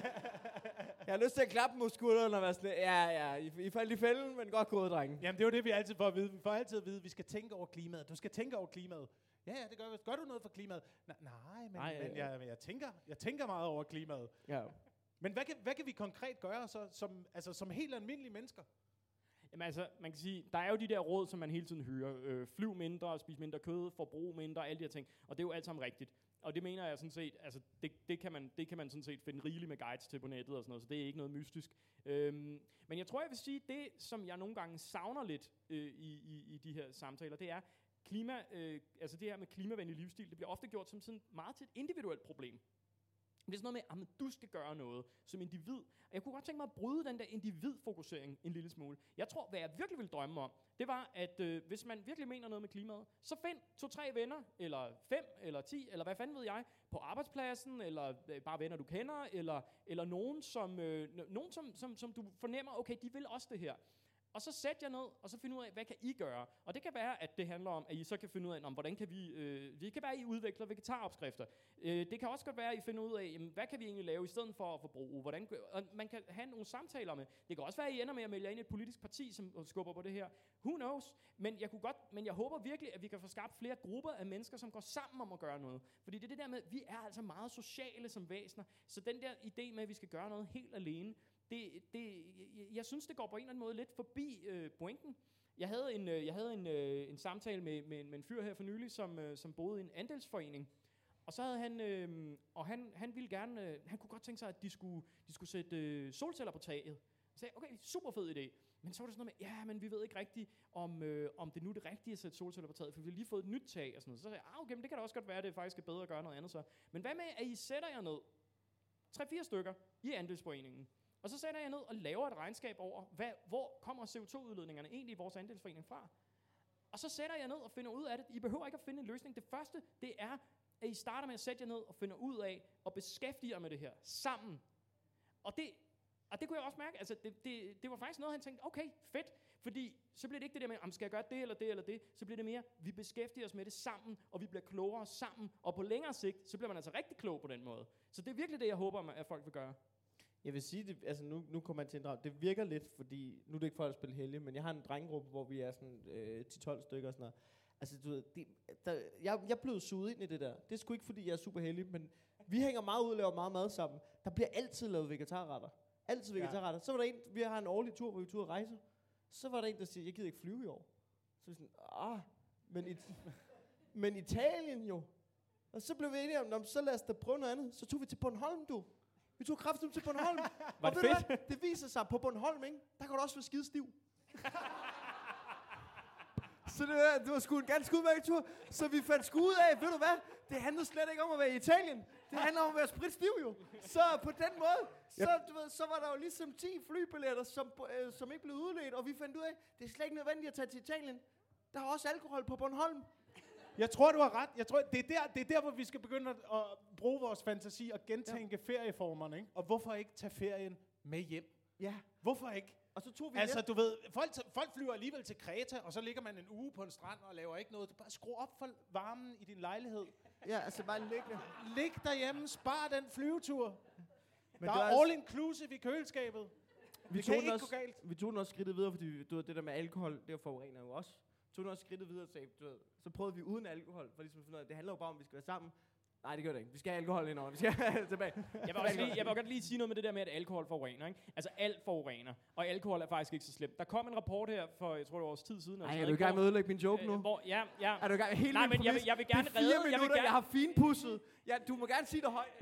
Jeg har lyst til at klappe mod skulderen og være sådan, I faldt i fælden, men godt gået, drenge. Jamen, det er jo det, vi altid får at vide. Vi får altid at vide, vi skal tænke over klimaet. Du skal tænke over klimaet. Ja, det gør vi. Gør du noget for klimaet? Men jeg tænker meget over klimaet. Ja. Men hvad kan vi konkret gøre så, som helt almindelige mennesker? Jamen altså, man kan sige, der er jo de der råd, som man hele tiden hører. Flyv mindre, spis mindre kød, forbrug mindre, alle de her ting. Og det er jo alt sammen rigtigt. Og det mener jeg sådan set, altså det kan man sådan set finde rigeligt med guides til på nettet og sådan noget, så det er ikke noget mystisk. Men jeg tror, jeg vil sige, det som jeg nogle gange savner lidt i de her samtaler, det er altså det her med klimavenlig livsstil, det bliver ofte gjort som sådan meget til et individuelt problem. Det er sådan noget med, at du skal gøre noget som individ. Og jeg kunne godt tænke mig at bryde den der individfokusering en lille smule. Jeg tror, hvad jeg virkelig vil drømme om, det var, at hvis man virkelig mener noget med klimaet, så find 2-3 venner, eller 5, eller 10, eller hvad fanden ved jeg, på arbejdspladsen, eller bare venner, du kender, eller nogen, som du fornemmer, okay, de vil også det her. Og så sæt jer ned, og så finde ud af, hvad kan I gøre? Og det kan være, at det handler om, at I så kan finde ud af, hvordan kan vi kan være, at I udvikler vegetaropskrifter. Det kan også godt være, at I finder ud af, jamen, hvad kan vi egentlig lave i stedet for at forbruge? Og man kan have nogle samtaler med. Det kan også være, at I ender med at melde ind i et politisk parti, som skubber på det her. Who knows? Men jeg håber virkelig, at vi kan få skabt flere grupper af mennesker, som går sammen om at gøre noget. Fordi det er det der med, at vi er altså meget sociale som væsener. Så den der idé med, at vi skal gøre noget helt alene, jeg synes, det går på en eller anden måde lidt forbi pointen. Jeg havde en samtale med en fyr her for nylig, som boede i en andelsforening. Og så havde han ville gerne, han kunne godt tænke sig, at de skulle sætte solceller på taget. Så sagde jeg, okay, super fed idé. Men så var det sådan noget med, ja, men vi ved ikke rigtigt, om det nu er det rigtige at sætte solceller på taget, for vi har lige fået et nyt tag og sådan noget. Så sagde jeg, okay, men det kan da også godt være, at det faktisk er bedre at gøre noget andet så. Men hvad med, at I sætter jer ned, 3-4 stykker, i andelsforeningen, og så sætter jeg ned og laver et regnskab over, hvor kommer CO2-udledningerne egentlig i vores andelsforening fra? Og så sætter jeg ned og finder ud af det. I behøver ikke at finde en løsning. Det første, det er, at I starter med at sætte jer ned og finder ud af at beskæftige jer med det her sammen. Og det kunne jeg også mærke, altså det var faktisk noget, han tænkte, okay, fedt, fordi så bliver det ikke det der med, skal jeg gøre det eller det eller det, så bliver det mere, vi beskæftiger os med det sammen, og vi bliver klogere sammen, og på længere sigt, så bliver man altså rigtig klog på den måde. Så det er virkelig det, jeg håber, at folk vil gøre. Jeg vil sige, det, altså nu kommer man til en drag. Det virker lidt, fordi nu er det ikke for at spille heldig, men jeg har en drengegruppe, hvor vi er sådan 10-12 stykker og sådan noget. Altså du ved, jeg blev suget ind i det der. Det er sgu ikke, fordi jeg er super heldig, men vi hænger meget ud og laver meget mad sammen. Der bliver altid lavet vegetarretter. Altid vegetarretter. Så var der en, vi har en årlig tur, hvor vi er ude at rejse. Så var der en, der siger, jeg gider ikke flyve i år. Så vi sådan, men Italien jo. Og så blev vi enige om, så lad os da prøve noget andet. Så tog vi til Bornholm, du. Vi tog kraftigt til Bornholm. Var det fedt? Det viser sig på Bornholm, ikke? Der kan du også være skidestiv. Så det var sgu en ganske udmærket tur. Så vi fandt sgu ud af, ved du hvad? Det handlede slet ikke om at være i Italien. Det handler om at være spritstiv jo. Så på den måde, så var der jo ligesom 10 flybilletter, som ikke blev udledt. Og vi fandt ud af, det er slet ikke nødvendigt at tage til Italien. Der er også alkohol på Bornholm. Jeg tror, du har ret. Jeg tror, det er der, hvor vi skal begynde at bruge vores fantasi og gentænke ferieformerne. Ikke? Og hvorfor ikke tage ferien med hjem? Ja. Hvorfor ikke? Og så tog vi altså, du ved, folk flyver alligevel til Kreta, og så ligger man en uge på en strand og laver ikke noget. Du bare skru op for varmen i din lejlighed. Ja, altså bare liggende. Lig derhjemme, spar den flyvetur. Men der er all inclusive i køleskabet. Vi tog den også skridtet videre, fordi det der med alkohol, det forurener jo også. Tog den også skridtet videre og sagde, så prøvede vi uden alkohol, for ligesom at finde ud af, det handler jo bare om, at vi skal være sammen. Nej, det gør det ikke. Vi skal have alkohol indover. Vi skal tilbage. Jeg vil godt lige sige noget med det der med, at alkohol forurener. Ikke? Altså alt forurener. Og alkohol er faktisk ikke så slemt. Der kom en rapport her for, jeg tror det var års tid siden. Nej, er du i gang med at ødelægge min joke nu? Ja. Er du i gang? Helt nej, men jeg vil gerne redde. 4 minutter, jeg har finpudset. Ja, du må gerne sige det højt.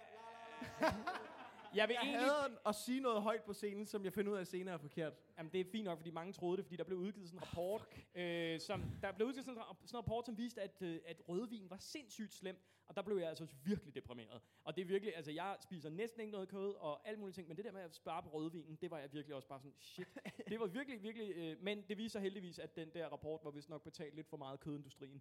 Jeg hader at sige noget højt på scenen, som jeg finder ud af senere er forkert. Jamen det er fint nok, fordi mange troede det, fordi der blev udgivet sådan en rapport, sådan en rapport, som viste, at rødvin var sindssygt slemt, og der blev jeg altså virkelig deprimeret. Og det er virkelig, altså jeg spiser næsten ikke noget kød og alle mulige ting, men det der med at spare på rødvinen, det var jeg virkelig også bare sådan, shit. Det var virkelig, men det viser heldigvis, at den der rapport var vist nok betalt lidt for meget kødindustrien.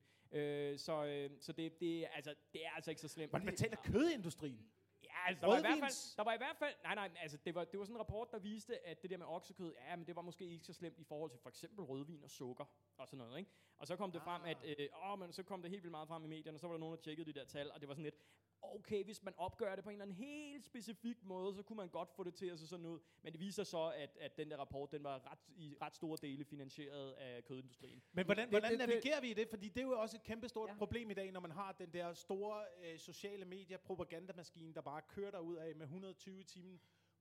Så det er altså ikke så slemt. Man betaler kødindustrien? Ja, altså, der var i hvert fald, nej, altså det var sådan en rapport, der viste, at det der med oksekød, ja, men det var måske ikke så slemt i forhold til for eksempel rødvin og sukker og sådan noget, ikke? Og så kom det frem, men så kom det helt vildt meget frem i medierne, og så var der nogen, der tjekkede de der tal, og det var sådan lidt, okay, hvis man opgør det på en eller anden helt specifik måde, så kunne man godt få det til at se sådan ud, men det viser så, at den der rapport, den var i ret store dele finansieret af kødindustrien. Men hvordan navigerer vi i det? Fordi det er jo også et kæmpestort problem i dag, når man har den der store sociale medier propagandamaskine, der bare kører derud af med 120 i timen.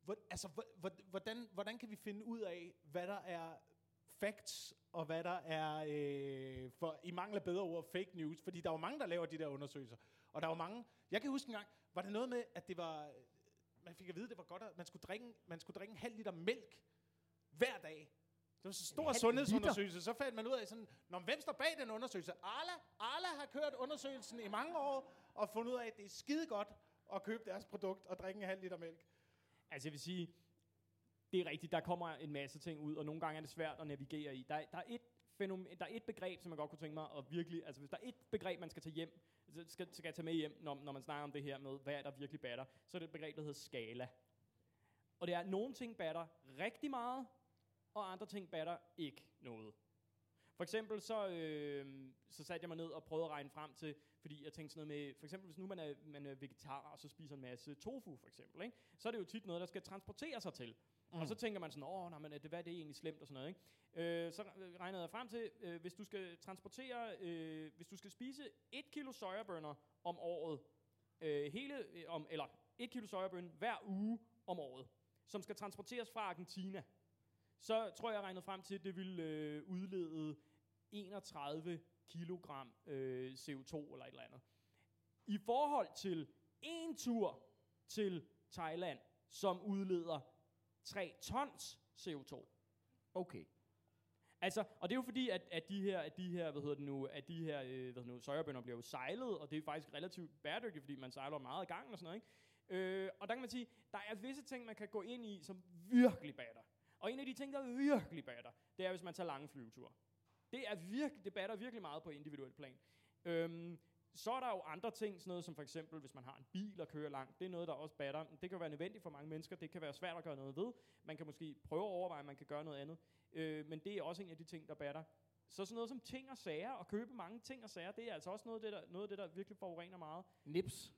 Hvordan kan vi finde ud af, hvad der er facts, og hvad der er, i mangel af bedre ord, fake news? Fordi der er jo mange, der laver de der undersøgelser. Og der er jo mange, jeg kan huske en gang, var det noget med, at det var, man fik at vide, det var godt, at man skulle drikke en halv liter mælk hver dag. Det var så stor sundhedsundersøgelse. Så fandt man ud af sådan, hvem står bag den undersøgelse? Arla har kørt undersøgelsen i mange år, og fundet ud af, at det er skide godt at købe deres produkt og drikke en halv liter mælk. Altså jeg vil sige, det er rigtigt, der kommer en masse ting ud, og nogle gange er det svært at navigere i. Der er et begreb, som jeg godt kunne tænke mig at virkelig, altså hvis der er et begreb, man skal tage hjem, skal tage med hjem, når man snakker om det her med, hvad er der virkelig batter, så er det et begreb, der hedder skala. Og det er, at nogle ting batter rigtig meget, og andre ting batter ikke noget. For eksempel så satte jeg mig ned og prøvede at regne frem til, fordi jeg tænkte sådan noget med, for eksempel hvis nu man er vegetar, og så spiser en masse tofu for eksempel, ikke? Så er det jo tit noget, der skal transportere sig til. Og så tænker man sådan, hvad er det egentlig slemt og sådan noget, ikke? Så regnede jeg frem til, hvis du skal transportere, hvis du skal spise 1 kilo sojabønner om året, eller 1 kilo sojabønner hver uge om året, som skal transporteres fra Argentina, så tror jeg regnede frem til, at det ville udlede 31 kilogram CO2 eller et eller andet. i forhold til en tur til Thailand, som udleder 3 tons CO2. Okay. Altså, og det er jo fordi, at de her sojabønner bliver jo sejlet, og det er faktisk relativt bæredygtigt, fordi man sejler meget i gangen og sådan noget, ikke? Og der kan man sige, der er visse ting, man kan gå ind i, som virkelig batter. Og en af de ting, der virkelig batter, det er, hvis man tager lange flyveture. Det batter virkelig meget på individuel plan. Så er der jo andre ting, sådan noget som for eksempel, hvis man har en bil og kører langt. Det er noget, der også batter. Det kan være nødvendigt for mange mennesker. Det kan være svært at gøre noget ved. Man kan måske prøve at overveje, at man kan gøre noget andet. Men det er også en af de ting, der batter. Så sådan noget som ting og sager, og købe mange ting og sager, det er altså også noget af det, der virkelig forurener meget. Nips.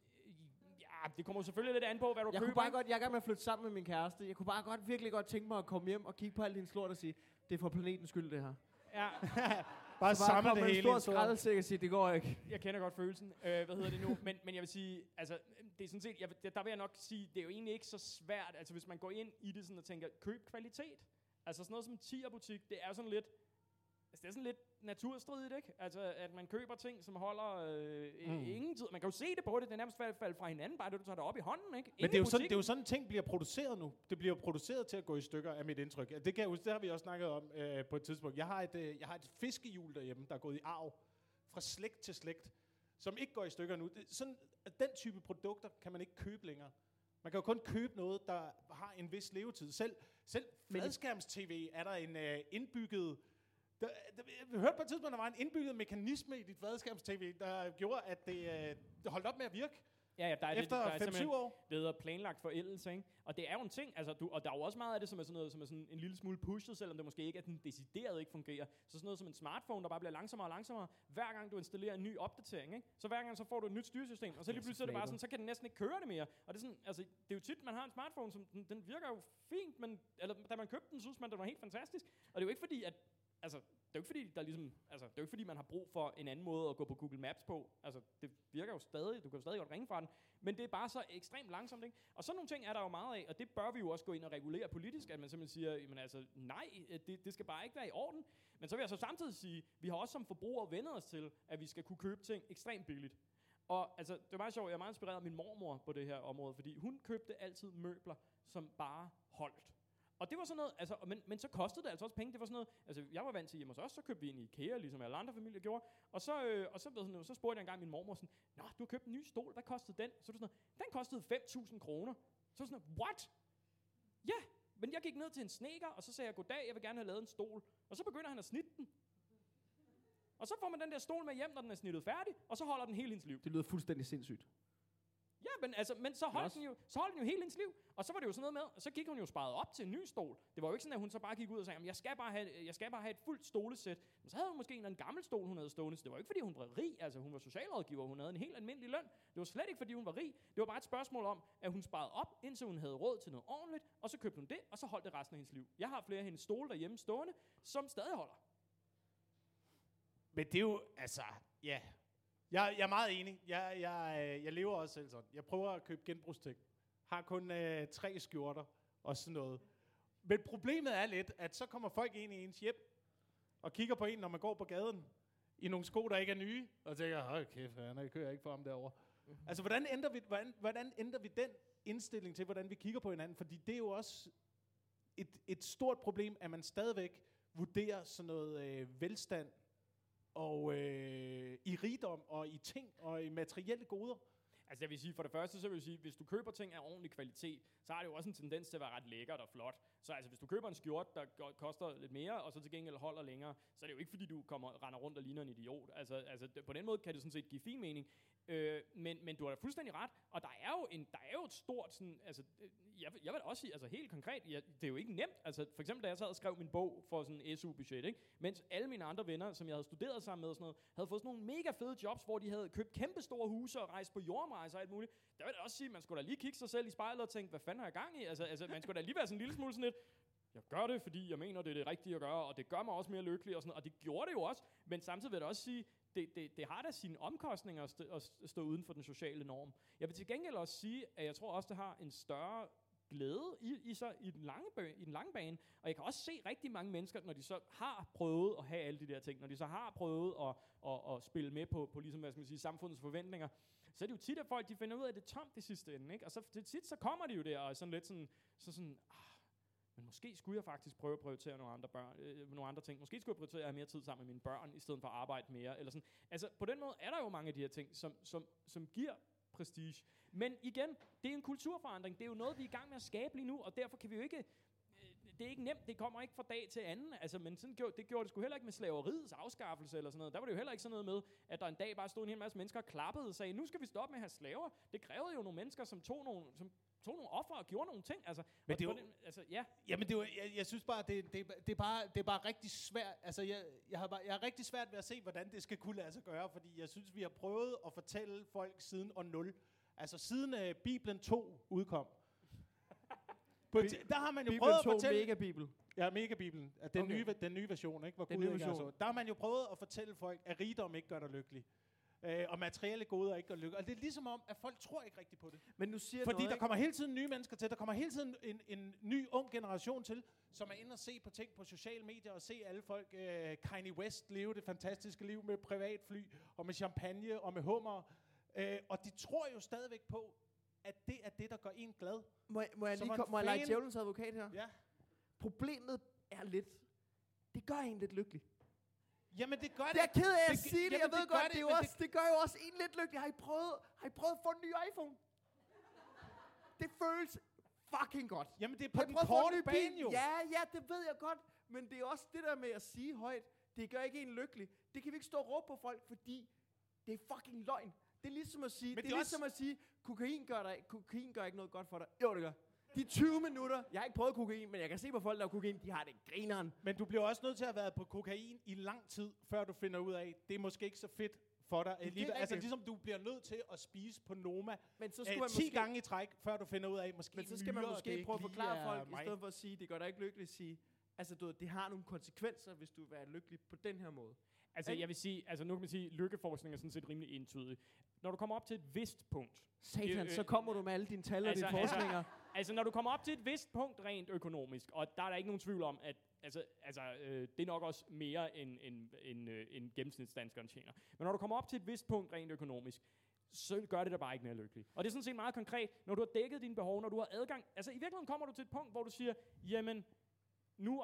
Ja, det kommer selvfølgelig lidt an på, hvad du køber. Jeg er i gang med at flytte sammen med min kæreste. Jeg kunne virkelig godt tænke mig at komme hjem og kigge på alt hendes lort og sige, det er for planetens skyld, det her. Ja. Bare samle det hele. En stor skraldesæk og sige, det går ikke. Jeg kender godt følelsen. Men jeg vil sige, altså, det er sådan set, der vil jeg nok sige, det er jo egentlig ikke så svært, altså hvis man går ind i det sådan og tænker, køb kvalitet. Altså sådan noget som Tier-butik, det er sådan lidt, altså det er sådan lidt naturstridigt, ikke? Altså at man køber ting, som holder ingen tid. Man kan jo se det på det, det er nærmest faldet fra hinanden, bare det du tager det op i hånden, ikke? Men det er jo sådan, ting bliver produceret nu. Det bliver produceret til at gå i stykker, af mit indtryk. Det har vi også snakket om på et tidspunkt. Jeg har et fiskehjul derhjemme, der er gået i arv fra slægt til slægt, som ikke går i stykker nu. Den type produkter kan man ikke købe længere. Man kan jo kun købe noget, der har en vis levetid. Selv fladskærms-tv er der en indbygget... Jeg hørte på et tidspunkt, der var en indbygget mekanisme i dit fladskærms-tv, der gjorde, at det holdt op med at virke. Ja, der er efter 5-7 år. Det hedder planlagt forældelse, ikke? Og det er jo en ting, altså og der er jo også meget af det, som er sådan noget, som er sådan en lille smule pushet, selvom det måske ikke er den decideret ikke fungerer. Så sådan noget som en smartphone, der bare bliver langsommere og langsommere, hver gang du installerer en ny opdatering, ikke? Så hver gang så får du et nyt styresystem, og så lige pludselig er det bare sådan, så kan den næsten ikke køre det mere. Og det er sådan, altså det er jo tit, man har en smartphone, som den virker jo fint, men eller da man købte den, synes man, det var helt fantastisk. Og det er jo ikke fordi, at altså, det er jo ikke fordi, det er jo ikke fordi, man har brug for en anden måde at gå på Google Maps på. Altså, det virker jo stadig, du kan jo stadig godt ringe fra den, men det er bare så ekstremt langsomt, ikke? Og sådan nogle ting er der jo meget af, og det bør vi jo også gå ind og regulere politisk, at man simpelthen siger, jamen altså, nej, det skal bare ikke være i orden. Men så vil jeg så samtidig sige, vi har også som forbrugere vendet os til, at vi skal kunne købe ting ekstremt billigt. Og altså, det var meget sjovt, jeg er meget inspireret af min mormor på det her område, fordi hun købte altid møbler, som bare holdt. Og det var sådan noget, altså, men så kostede det altså også penge. Det var sådan noget, altså jeg var vant til hjemme hos os, så købte vi en IKEA, ligesom alle andre familier gjorde. Og så spurgte jeg engang min mormor sådan, nå, du har købt en ny stol, hvad kostede den? Så var det sådan noget, den kostede 5.000 kroner. Så var det sådan noget, what? Ja, men jeg gik ned til en snedker, og så sagde jeg, goddag, jeg vil gerne have lavet en stol. Og så begynder han at snitte den. Og så får man den der stol med hjem, når den er snittet færdig, og så holder den hele hendes liv. Det lyder fuldstændig sindssygt. Ja, men så holdt den jo hele hendes liv. Og så var det jo sådan noget med, og så gik hun jo sparet op til en ny stol. Det var jo ikke sådan, at hun så bare gik ud og sagde, jeg skal bare have et fuldt stolesæt. Men så havde hun måske en eller anden gammel stol, hun havde stående. Så det var ikke, fordi hun var rig. Altså, hun var socialrådgiver, hun havde en helt almindelig løn. Det var slet ikke, fordi hun var rig. Det var bare et spørgsmål om, at hun sparede op, indtil hun havde råd til noget ordentligt. Og så købte hun det, og så holdt det resten af hendes liv. Jeg har flere af hendes stole derhjemme stående, som stadig holder. Men det er jo, altså, ja... Jeg er meget enig. Jeg lever også selv sådan. Jeg prøver at købe genbrugsting. Har kun 3 skjorter og sådan noget. Men problemet er lidt, at så kommer folk ind i ens hjem og kigger på en, når man går på gaden i nogle sko, der ikke er nye, og tænker, hold kæft, jeg kører ikke for ham derovre. Altså, hvordan ændrer vi den indstilling til, hvordan vi kigger på hinanden? Fordi det er jo også et stort problem, at man stadigvæk vurderer sådan noget velstand og i rigdom, og i ting, og i materielle goder. Altså jeg vil sige, for det første, så vil jeg sige, hvis du køber ting af ordentlig kvalitet, så har det jo også en tendens til at være ret lækkert og flot. Så altså, hvis du køber en skjort, der koster lidt mere, og så til gengæld holder længere, så er det jo ikke, fordi du render rundt og ligner en idiot. Altså på den måde kan det sådan set give fin mening. Men du har da fuldstændig ret, og der er jo et stort sådan, altså jeg vil også sige, altså helt konkret, det er jo ikke nemt. Altså for eksempel da jeg sad og skrev min bog for sådan en SU-budget, ikke? Mens alle mine andre venner, som jeg havde studeret sammen med og sådan noget, havde fået sådan nogle mega fede jobs, hvor de havde købt kæmpe store huse og rejst på jordomrejser og alt muligt. Der vil jeg også sige, man skulle da lige kigge sig selv i spejlet og tænke, hvad fanden har jeg gang i? Altså man skulle da lige være sådan en lille smule sådan lidt, jeg gør det, fordi jeg mener, det er det rigtige at gøre, og det gør mig også mere lykkelig og sådan noget, og det gjorde det jo også, men samtidig vil jeg også sige, det har da sine omkostninger at stå uden for den sociale norm. Jeg vil til gengæld også sige, at jeg tror også, det har en større glæde i den lange bane. Og jeg kan også se rigtig mange mennesker, når de så har prøvet at have alle de der ting, når de så har prøvet at spille med på ligesom, hvad skal man sige, samfundets forventninger, så er det jo tit, at folk de finder ud af, at det er tomt det sidste ende, ikke? Og så tit så kommer de jo der og er sådan lidt sådan, men måske skulle jeg faktisk prøve at prioritere nogle andre ting. Måske skulle jeg prioritere at have mere tid sammen med mine børn, i stedet for at arbejde mere, eller sådan. Altså, på den måde er der jo mange af de her ting, som giver prestige. Men igen, det er en kulturforandring. Det er jo noget, vi er i gang med at skabe lige nu, og derfor kan vi jo ikke... Det er ikke nemt, det kommer ikke fra dag til anden. Altså, men sådan det gjorde det sgu heller ikke med slaveriets afskaffelse eller sådan noget. Der var det jo heller ikke sådan noget med, at der en dag bare stod en hel masse mennesker og klappede og sagde, nu skal vi stoppe med at have slaver. Det krævede jo nogle mennesker, som tog nogle ofre og gjorde nogle ting. Altså, men det er jo, Jamen, det er jo, jeg synes bare, det er bare rigtig svært. Altså, jeg har rigtig svært ved at se, hvordan det skal kunne lade sig gøre, fordi jeg synes, vi har prøvet at fortælle folk siden år 0. Altså, siden Bibelen 2 udkom. Der har man jo Bibelen prøvet at fortælle... Megabibel. Ja, Megabibelen. Den nye version, ikke? Hvor Gud ikke er så. Der har man jo prøvet at fortælle folk, at rigdom ikke gør dig lykkelig. Og materielle goder ikke gør lykkelig. Og det er ligesom om, at folk tror ikke rigtigt på det. Men nu siger fordi noget, der kommer hele tiden nye mennesker til. Der kommer hele tiden en ny, ung generation til, som er inde og se på ting på sociale medier, og se alle folk, Kanye West, leve det fantastiske liv med privatfly, og med champagne, og med hummer. Og de tror jo stadigvæk på, at det er det, der gør en glad. Må jeg lege djævelens advokat her? Ja. Problemet er lidt, det gør en lidt lykkelig. Jamen det gør det. Det er ked af at sige det, jeg ved godt, det gør jo også en lidt lykkelig. Har I prøvet at få en ny iPhone? Det føles fucking godt. Jamen det er på den korte bane jo. Ja, det ved jeg godt. Men det er også det der med at sige højt, det gør ikke en lykkelig. Det kan vi ikke stå og råbe på folk, fordi det er fucking løgn. Det er ligesom at sige, kokain gør ikke noget godt for dig. Jo, det gør. De 20 minutter, jeg har ikke prøvet kokain, men jeg kan se på folk, der har kokain, de har det grineren. Men du bliver også nødt til at have været på kokain i lang tid, før du finder ud af, det er måske ikke så fedt for dig. Altså ligesom du bliver nødt til at spise på Noma men så skulle 10 gange i træk, før du finder ud af, måske men så skal man måske prøve at forklare folk, i stedet for at sige, det gør dig ikke lykkelig, sige, altså det har nogle konsekvenser, hvis du vil være lykkelig på den her måde. Altså, jeg vil sige, altså nu kan man sige, lykkeforskning er sådan set rimelig entydig. Når du kommer op til et vist punkt... Satan, så kommer du med alle dine tal og dine forskninger. Altså, når du kommer op til et vist punkt rent økonomisk, og der er der ikke nogen tvivl om, at det er nok også mere end gennemsnitsdanskeren tjener. Men når du kommer op til et vist punkt rent økonomisk, så gør det dig bare ikke mere lykkelig. Og det er sådan set meget konkret, når du har dækket dine behov, når du har adgang... Altså, i virkeligheden kommer du til et punkt, hvor du siger, jamen... Nu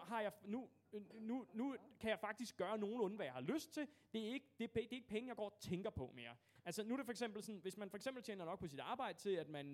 kan jeg faktisk gøre nogenlunde, hvad jeg har lyst til. Det er ikke penge, jeg går og tænker på mere. Altså nu er det for eksempel sådan, hvis man for eksempel tjener nok på sit arbejde til, at man,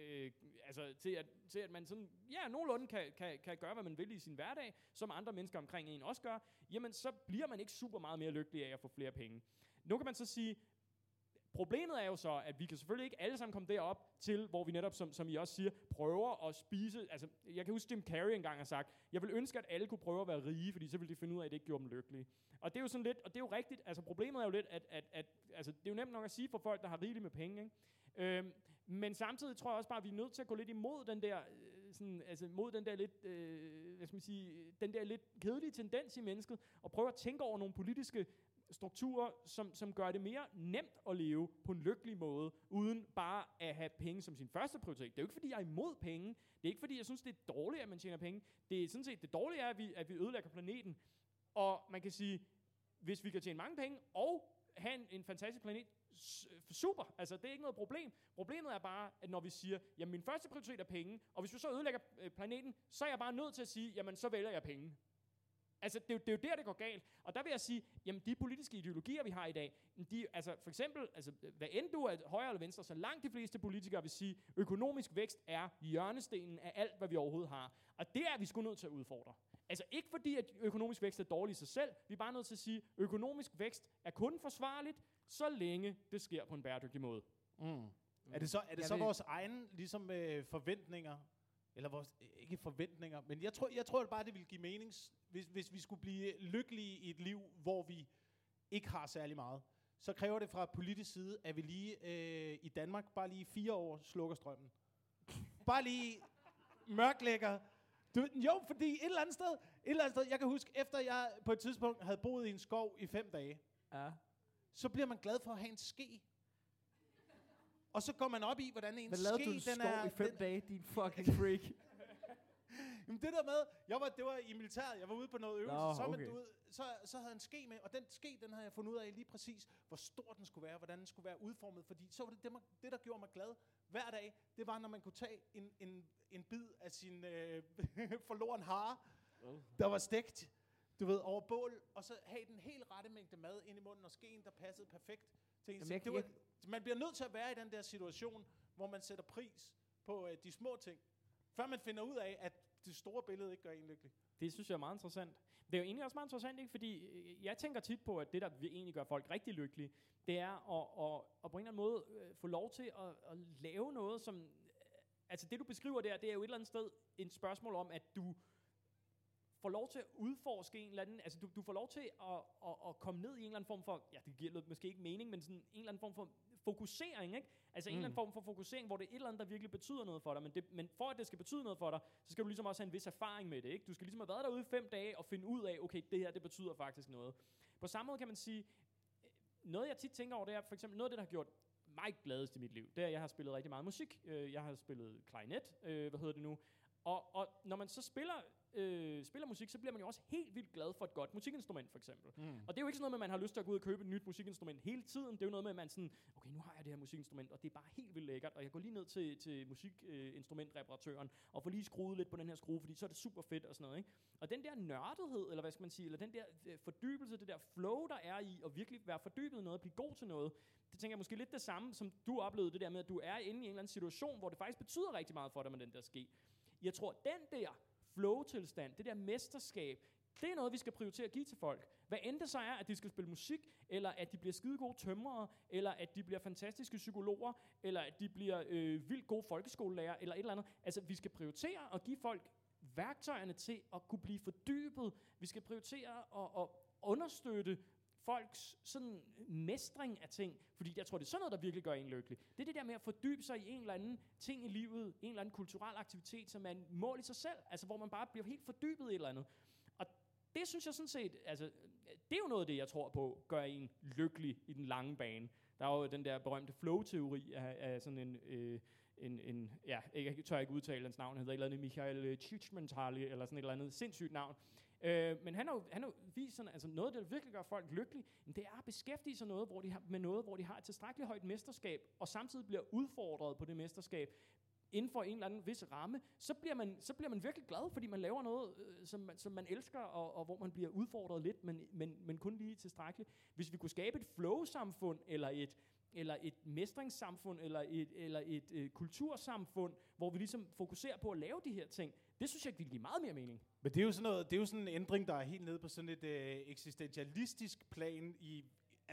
til at man sådan, ja, nogenlunde kan gøre, hvad man vil i sin hverdag, som andre mennesker omkring en også gør, jamen så bliver man ikke super meget mere lykkelig af at få flere penge. Nu kan man så sige, problemet er jo så, at vi kan selvfølgelig ikke alle sammen komme derop til, hvor vi netop, som I også siger, prøver at spise. Altså, jeg kan huske, Jim Carrey engang har sagt, jeg vil ønske, at alle kunne prøve at være rige, fordi så ville de finde ud af, at det ikke gjorde dem lykkelige. Og det er jo sådan lidt, og det er jo rigtigt, altså problemet er jo lidt, at altså, det er jo nemt nok at sige for folk, der har rigeligt med penge, ikke? Men samtidig tror jeg også bare, at vi er nødt til at gå lidt imod den der, mod den der lidt, den der lidt kedelige tendens i mennesket, og prøve at tænke over nogle politiske strukturer, som gør det mere nemt at leve på en lykkelig måde, uden bare at have penge som sin første prioritet. Det er jo ikke, fordi jeg er imod penge. Det er ikke, fordi jeg synes, det er dårligt, at man tjener penge. Det er sådan set, det dårlige er, at vi ødelægger planeten. Og man kan sige, hvis vi kan tjene mange penge, og have en fantastisk planet, super, altså det er ikke noget problem. Problemet er bare, at når vi siger, jamen min første prioritet er penge, og hvis vi så ødelægger planeten, så er jeg bare nødt til at sige, jamen så vælger jeg penge. Altså, det er jo der, det går galt. Og der vil jeg sige, jamen de politiske ideologier, vi har i dag, altså for eksempel, altså, hvad end du er højre eller venstre, så langt de fleste politikere vil sige, økonomisk vækst er hjørnestenen af alt, hvad vi overhovedet har. Og det er vi sgu nødt til at udfordre. Altså ikke fordi, at økonomisk vækst er dårlig i sig selv, vi er bare nødt til at sige, at økonomisk vækst er kun forsvarligt, så længe det sker på en bæredygtig måde. Er det så vores egne ligesom, forventninger, eller vores, ikke forventninger, men jeg tror bare, det vil give mening, hvis vi skulle blive lykkelige i et liv, hvor vi ikke har særlig meget, så kræver det fra politisk side, at vi lige i Danmark bare lige 4 år slukker strømmen. Bare lige mørklægger. Jo, fordi et eller andet sted, jeg kan huske, efter jeg på et tidspunkt havde boet i en skov i 5 dage, så bliver man glad for at have en ske. Og så går man op i, hvordan ens ske, den er... Hvad lavede du i 5 dage, din fucking freak? Jamen det der med, det var i militæret, jeg var ude på noget øvelse, så havde en ske med, og den ske, den havde jeg fundet ud af lige præcis, hvor stor den skulle være, hvordan den skulle være udformet, fordi så var det der gjorde mig glad hver dag, det var, når man kunne tage en bid af sin forloren hare, der var stegt, du ved, over bål, og så have den helt rette mængde mad ind i munden, og skeen, der passede perfekt til en. Man bliver nødt til at være i den der situation, hvor man sætter pris på de små ting, før man finder ud af, at det store billede ikke gør en lykkelig. Det synes jeg er meget interessant. Det er jo egentlig også meget interessant, ikke? Fordi jeg tænker tit på, at det, der egentlig gør folk rigtig lykkelige, det er at på en eller anden måde få lov til at lave noget, som... Altså det, du beskriver der, det er jo et eller andet sted et spørgsmål om, at du får lov til at udforske en eller anden... Altså du får lov til at komme ned i en eller anden form for... Ja, det giver måske ikke mening, men sådan en eller anden form for fokusering, ikke? Altså en eller anden form for fokusering, hvor det er et eller andet, der virkelig betyder noget for dig. Men for at det skal betyde noget for dig, så skal du ligesom også have en vis erfaring med det, ikke? Du skal ligesom have været derude i 5 dage og finde ud af, okay, det her, det betyder faktisk noget. På samme måde kan man sige, noget jeg tit tænker over, det er for eksempel noget af det, der har gjort mig gladest i mit liv. Det er, at jeg har spillet rigtig meget musik. Jeg har spillet klarinet, og når man så spiller musik, så bliver man jo også helt vildt glad for et godt musikinstrument, for eksempel. Og det er jo ikke sådan noget med, at man har lyst til at gå ud og købe et nyt musikinstrument hele tiden. Det er jo noget med, at man sådan, okay, nu har jeg det her musikinstrument, og det er bare helt vildt lækkert, og jeg går lige ned til musikinstrumentreparatøren, og får lige skruet lidt på den her skrue, fordi så er det super fedt og sådan noget, ikke? Og den der nørdethed, eller hvad skal man sige, eller den der fordybelse, det der flow, der er i at virkelig være fordybet i noget, og blive god til noget, det tænker jeg måske lidt det samme, som du oplevede det der med, at du er inde i en eller anden situation, hvor det faktisk betyder rigtig meget for dig med den der ske. Jeg tror, den der flow-tilstand, det der mesterskab, det er noget, vi skal prioritere at give til folk. Hvad end det så er, at de skal spille musik, eller at de bliver skide gode tømrere, eller at de bliver fantastiske psykologer, eller at de bliver vildt gode folkeskolelærer, eller et eller andet. Altså, vi skal prioritere at give folk værktøjerne til at kunne blive fordybet. Vi skal prioritere at understøtte folks sådan mestring af ting, fordi jeg tror, det er sådan noget, der virkelig gør en lykkelig. Det er det der med at fordybe sig i en eller anden ting i livet, en eller anden kulturel aktivitet, som er en mål i sig selv, altså hvor man bare bliver helt fordybet i et eller andet. Og det synes jeg sådan set, altså det er jo noget af det, jeg tror på, gør en lykkelig i den lange bane. Der er jo den der berømte flow-teori af sådan ja, jeg tør ikke udtale hans navn, han hedder et eller andet Michael Csikszentmihalyi, eller sådan et eller andet sindssygt navn. Men han har jo vist sådan, altså noget, der virkelig gør folk lykkelige, det er at beskæftige sig med noget, hvor de har et tilstrækkeligt højt mesterskab, og samtidig bliver udfordret på det mesterskab, inden for en eller anden vis ramme, så bliver man virkelig glad, fordi man laver noget, som man elsker, og hvor man bliver udfordret lidt, men kun lige tilstrækkeligt. Hvis vi kunne skabe et flow-samfund, eller et mestringssamfund, eller et kultursamfund, hvor vi ligesom fokuserer på at lave de her ting, det synes jeg ville give meget mere mening. Men det er jo sådan noget, det er jo sådan en ændring, der er helt nede på sådan et eksistentialistisk plan i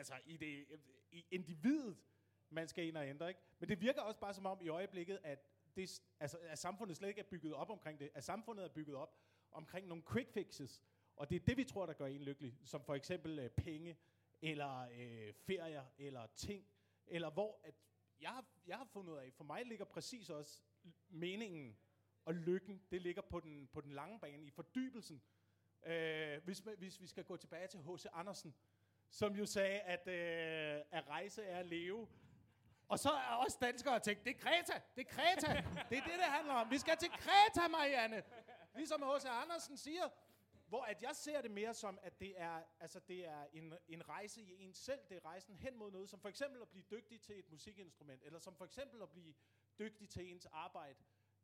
individet, man skal ind og ændre, ikke? Men det virker også bare som om i øjeblikket, at samfundet slet ikke er bygget op omkring det. At samfundet er bygget op omkring nogle quick fixes. Og det er det, vi tror, der gør en lykkelig. Som for eksempel penge, eller ferier, eller ting. Eller hvor at jeg har fundet ud af, for mig ligger præcis også meningen og lykken, det ligger på den lange bane, i fordybelsen. Hvis vi skal gå tilbage til H.C. Andersen, som jo sagde, at rejse er at leve. Og så er også danskere tænkt, det er Kreta. Det er det, det handler om. Vi skal til Kreta, Marianne. Ligesom H.C. Andersen siger, hvor at jeg ser det mere som, at det er en rejse i en selv. Det er rejsen hen mod noget, som for eksempel at blive dygtig til et musikinstrument, eller som for eksempel at blive dygtig til ens arbejde.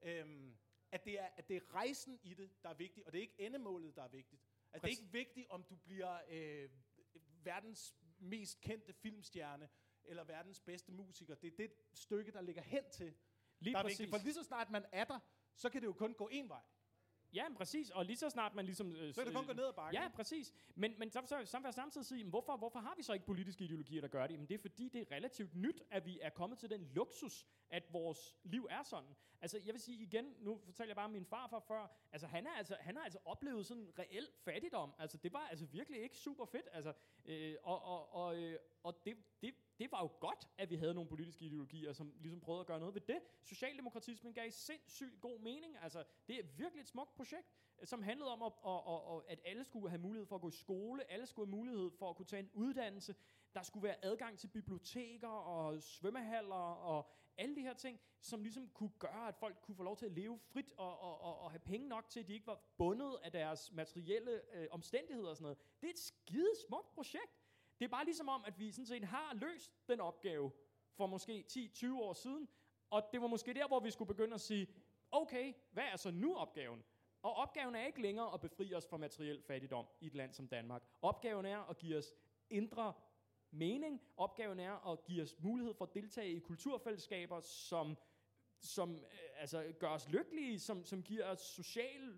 At det er rejsen i det, der er vigtigt, og det er ikke endemålet, der er vigtigt. At det er ikke vigtigt, om du bliver verdens mest kendte filmstjerne, eller verdens bedste musiker. Det er det stykke, der ligger hen til, lige der er præcis. vigtigt. For lige så snart man er der, så kan det jo kun gå en vej. Ja, præcis. Og lige så snart man ligesom... så kan det kun gå ned ad bakken. Ja, præcis. Men så vil jeg samtidig sige, hvorfor har vi så ikke politiske ideologier, der gør det? Men det er fordi, det er relativt nyt, at vi er kommet til den luksus, at vores liv er sådan. Altså, jeg vil sige igen, nu fortæller jeg bare om min farfar før, altså han har altså oplevet sådan reel fattigdom. Altså, det var altså virkelig ikke super fedt. Altså, og det var jo godt, at vi havde nogle politiske ideologier, som ligesom prøvede at gøre noget ved det. Socialdemokratismen gav sindssygt god mening. Altså, det er virkelig et smukt projekt, som handlede om, at alle skulle have mulighed for at gå i skole, alle skulle have mulighed for at kunne tage en uddannelse, der skulle være adgang til biblioteker og svømmehaller og alle de her ting, som ligesom kunne gøre, at folk kunne få lov til at leve frit og have penge nok til, at de ikke var bundet af deres materielle omstændigheder og sådan noget. Det er et skide smukt projekt. Det er bare ligesom om, at vi sådan set har løst den opgave for måske 10-20 år siden, og det var måske der, hvor vi skulle begynde at sige, okay, hvad er så nu opgaven? Og opgaven er ikke længere at befri os fra materiel fattigdom i et land som Danmark. Opgaven er at give os indre mening. Opgaven er at give os mulighed for at deltage i kulturfællesskaber, som gør os lykkelige, som giver os social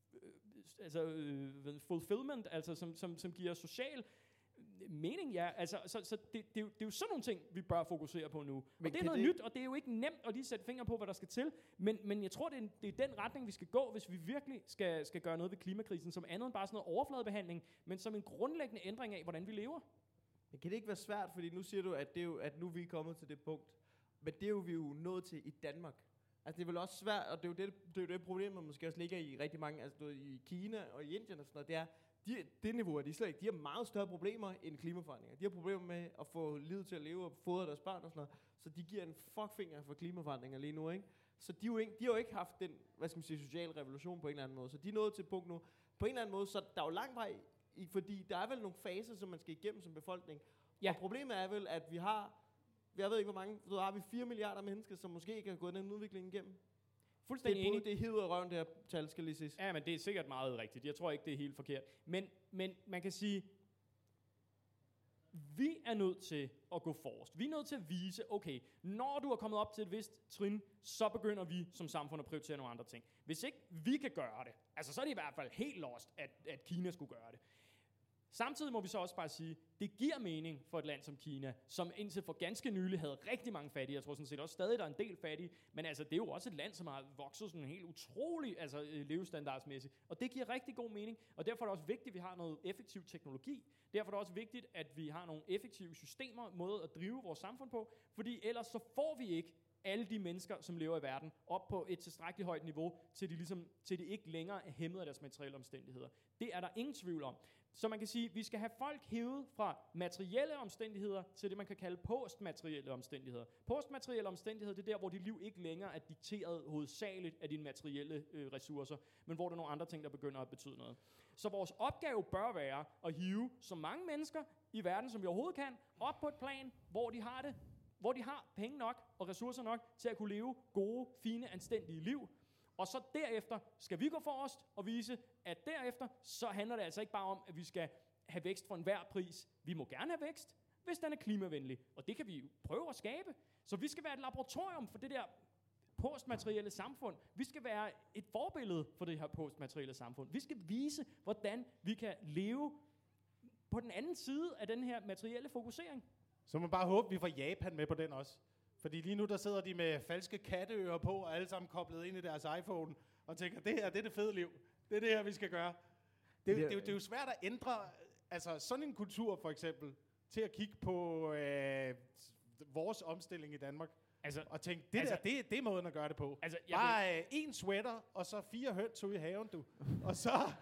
fulfillment, altså som giver os social mening, ja. Altså, så det er jo sådan nogle ting, vi bør fokusere på nu. Men og det er noget nyt, og det er jo ikke nemt at lige sætte fingre på, hvad der skal til. Men jeg tror, det er den retning, vi skal gå, hvis vi virkelig skal gøre noget ved klimakrisen, som andet end bare sådan noget overfladebehandling, men som en grundlæggende ændring af, hvordan vi lever. Men kan det ikke være svært, fordi nu siger du, at nu vi er kommet til det punkt, men det er jo vi jo nået til i Danmark. Altså det er vel også svært, og det er jo det problem, man måske også ligger i rigtig mange, altså i Kina og i Indien og sådan noget, det er, det niveau, de slet ikke, de har meget større problemer end klimaforandringer. De har problemer med at få livet til at leve og fodre deres børn og sådan noget, så de giver en fuckfinger for klimaforandringer lige nu, ikke? Så de har jo ikke haft den, hvad skal man sige, social revolution på en eller anden måde, så de er nået til et punkt nu. På en eller anden måde, så der er jo lang vej, fordi der er vel nogle faser, som man skal igennem som befolkning. Ja. Og problemet er vel, at vi har, jeg ved ikke hvor mange, så har vi 4 milliarder mennesker, som måske ikke har gået den udvikling igennem. Fuldstændig enig. Det er hivet af røven, det her tal, skal lige siges. Ja, men det er sikkert meget rigtigt. Jeg tror ikke, det er helt forkert. Men man kan sige, vi er nødt til at gå forrest. Vi er nødt til at vise, okay, når du er kommet op til et vist trin, så begynder vi som samfund at prioritere nogle andre ting. Hvis ikke vi kan gøre det, altså så er det i hvert fald helt lost, at Kina skulle gøre det. Samtidig må vi så også bare sige, det giver mening for et land som Kina, som indtil for ganske nylig havde rigtig mange fattige. Jeg tror sådan set også stadig, der er en del fattige. Men altså, det er jo også et land, som har vokset sådan helt utrolig levestandardsmæssigt. Og det giver rigtig god mening. Og derfor er det også vigtigt, at vi har noget effektiv teknologi. Derfor er det også vigtigt, at vi har nogle effektive systemer, måder at drive vores samfund på. Fordi ellers så får vi ikke alle de mennesker, som lever i verden, op på et tilstrækkeligt højt niveau, til de ikke længere er hæmmet af deres materielle omstændigheder. Det er der ingen tvivl om. Så man kan sige, at vi skal have folk hævet fra materielle omstændigheder til det, man kan kalde postmaterielle omstændigheder. Postmaterielle omstændigheder, det er der, hvor dit liv ikke længere er dikteret hovedsageligt af dine materielle ressourcer, men hvor der er nogle andre ting, der begynder at betyde noget. Så vores opgave bør være at hive så mange mennesker i verden, som vi overhovedet kan, op på et plan, hvor de har penge nok og ressourcer nok til at kunne leve gode, fine, anstændige liv. Og så derefter skal vi gå forrest og vise, at derefter så handler det altså ikke bare om, at vi skal have vækst for enhver pris. Vi må gerne have vækst, hvis den er klimavenlig. Og det kan vi jo prøve at skabe. Så vi skal være et laboratorium for det der postmaterielle samfund. Vi skal være et forbillede for det her postmaterielle samfund. Vi skal vise, hvordan vi kan leve på den anden side af den her materielle fokusering. Så man bare håbe, vi får Japan med på den også. Fordi lige nu, der sidder de med falske katteører på, og alle sammen koblet ind i deres iPhone, og tænker, det her, det er det fede liv. Det er det her, vi skal gøre. Det er jo svært at ændre, altså sådan en kultur for eksempel, til at kigge på vores omstilling i Danmark. Altså, og tænke, det er måden at gøre det på. Altså, bare en sweater, og så 4 høns ude i haven, du. Og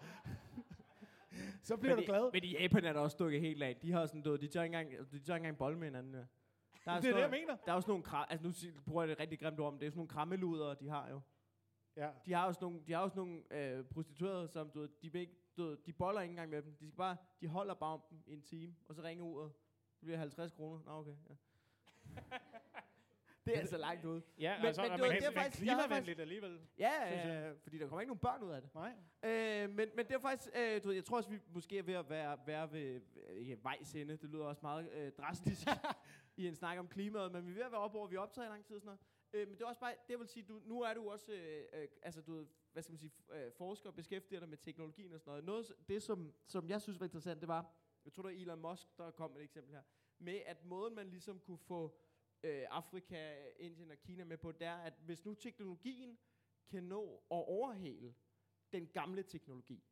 så bliver du glad. Men i Japan er der også stukket helt af. De har sådan noget, de tager ikke engang bold med hinanden. Det er det, jeg mener. Der er også nogle altså nu bruger jeg det rigtig grimt ord, men det er sådan nogle krammeluder, de har jo. Ja. De har også nogle prostituerede, som de boller ikke engang med dem. De holder bare om dem i en time, og så ringer uret. Det bliver 50 kroner. Nå, okay. Ja. Det er altså langt ud. Ja, men det er faktisk klimavenligt alligevel. Ja, fordi der kommer ikke nogen børn ud af det. Nej. Men det er faktisk, jeg tror også, vi måske er ved at være ved vejs ende. Det lyder også meget drastisk i en snak om klimaet, men vi er ved at være oppe over, vi optager i lang tid og sådan noget. Men det er også bare, det vil sige, nu er du også, hvad skal man sige, forsker og beskæftiger dig med teknologien og sådan noget. Det, som jeg synes var interessant, det var, jeg tror det var Elon Musk, der kom med et eksempel her, med at måden man ligesom kunne få Afrika, Indien og Kina med på, det er, at hvis nu teknologien kan nå at overhale den gamle teknologi,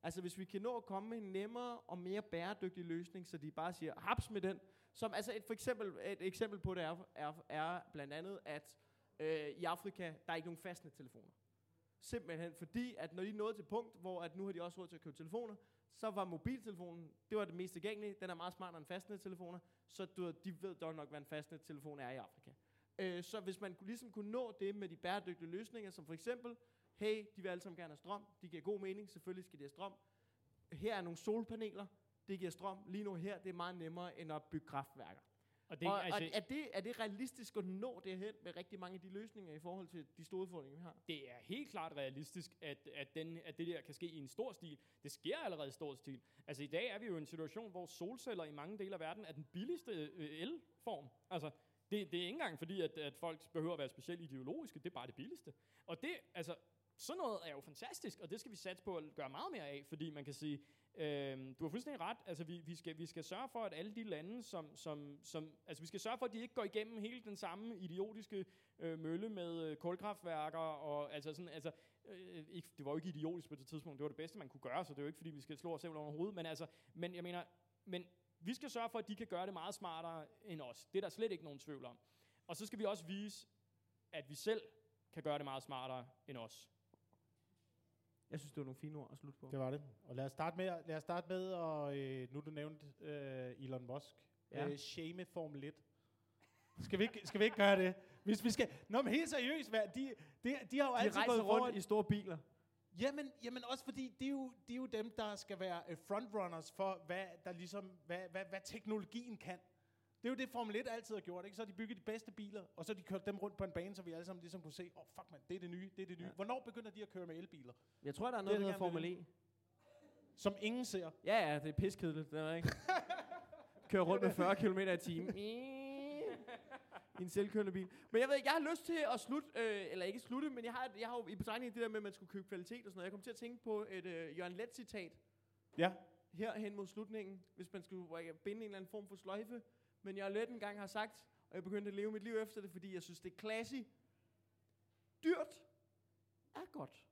Altså hvis vi kan nå at komme med en nemmere og mere bæredygtig løsning, så de bare siger, haps med den. Som altså et eksempel på det er blandt andet, at i Afrika, der er ikke nogen fastnettelefoner. Simpelthen fordi, at når de nåede til punkt, hvor at nu har de også råd til at købe telefoner, så var mobiltelefonen, det var det mest tilgængelige. Den er meget smartere end fastnettelefoner, så de ved dog nok, hvad en fastnettelefon er i Afrika. Så hvis man ligesom kunne nå det med de bæredygtige løsninger, som for eksempel, hey, de vil alle sammen gerne have strøm, de giver god mening, selvfølgelig skal de have strøm. Her er nogle solpaneler, det giver strøm. Lige nu her, det er meget nemmere end at bygge kraftværker. Og er det realistisk at nå det hen med rigtig mange af de løsninger i forhold til de store udfordringer, vi har? Det er helt klart realistisk, at det der kan ske i en stor stil. Det sker allerede i stor stil. Altså i dag er vi jo i en situation, hvor solceller i mange dele af verden er den billigste elform. Altså det er ikke engang fordi, at folk behøver at være specielt ideologiske. Det er bare det billigste. Og det, altså, sådan noget er jo fantastisk, og det skal vi satse på at gøre meget mere af, fordi man kan sige, du har fuldstændig ret, altså vi skal sørge for, at alle de lande, altså vi skal sørge for, at de ikke går igennem hele den samme idiotiske mølle med kulkraftværker, og altså sådan, det var jo ikke idiotisk på det tidspunkt, det var det bedste, man kunne gøre, så det er jo ikke, fordi vi skal slå os selv over hovedet, men jeg mener, vi skal sørge for, at de kan gøre det meget smartere end os. Det er der slet ikke nogen tvivl om. Og så skal vi også vise, at vi selv kan gøre det meget smartere end os. Jeg synes, det var nogle fine ord at slutte på. Det var det. Og lad os starte med og nu du nævnte Elon Musk. Shame Formel 1. Skal vi ikke gøre det? Hvis vi skal... Nå, men helt seriøst, de har jo altid gået rundt i store biler. Jamen også fordi, det er jo dem, der skal være frontrunners for, hvad teknologien kan. Det er jo det, Formel 1 altid har gjort, ikke? Så har de bygget de bedste biler, og så har de kørt dem rundt på en bane, så vi alle sammen ligesom kunne se, fuck man, det er det nye. Ja. Hvornår begynder de at køre med elbiler? Jeg tror, der er noget, der hedder Formel E. Som ingen ser. Ja, det er piskedeligt, det er ikke. Kører rundt med 40 km i timen. I en selvkørende bil. Men jeg ved ikke, jeg har lyst til at slutte, eller ikke slutte, men jeg har jo i betragtning det der med, at man skulle købe kvalitet og sådan noget. Jeg kom til at tænke på et Jørgen Leth citat. Ja. Her hen mod slutningen, hvis man skulle binde en eller anden form for sløjfe. Men Jørgen Leth engang har sagt, og jeg begyndte at leve mit liv efter det, fordi jeg synes, det er classy. Dyrt er godt.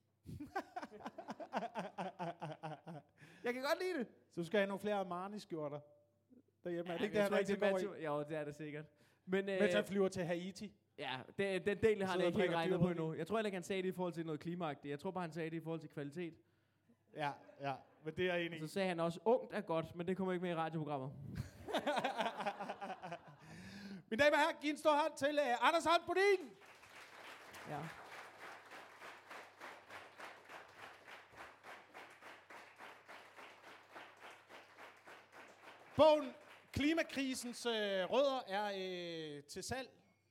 Jeg kan godt lide det. Så du skal have nogle flere Armani-skjorter derhjemme. Er det ikke det, han rigtig går i? Jo, det er det sikkert. Mens han flyver til Haiti. Ja, den del har han ikke helt regnet på endnu. Jeg tror ikke, han sagde det i forhold til noget klimaagtigt. Jeg tror bare, han sagde det i forhold til kvalitet. Ja, men det er jeg enig i. Så sagde han også, ungt er godt, men det kommer ikke med i radioprogrammer. Mine damer og herrer, giv en stor hånd til Anders Holm Bodin. Ja. Bogen Klimakrisens rødder er til salg.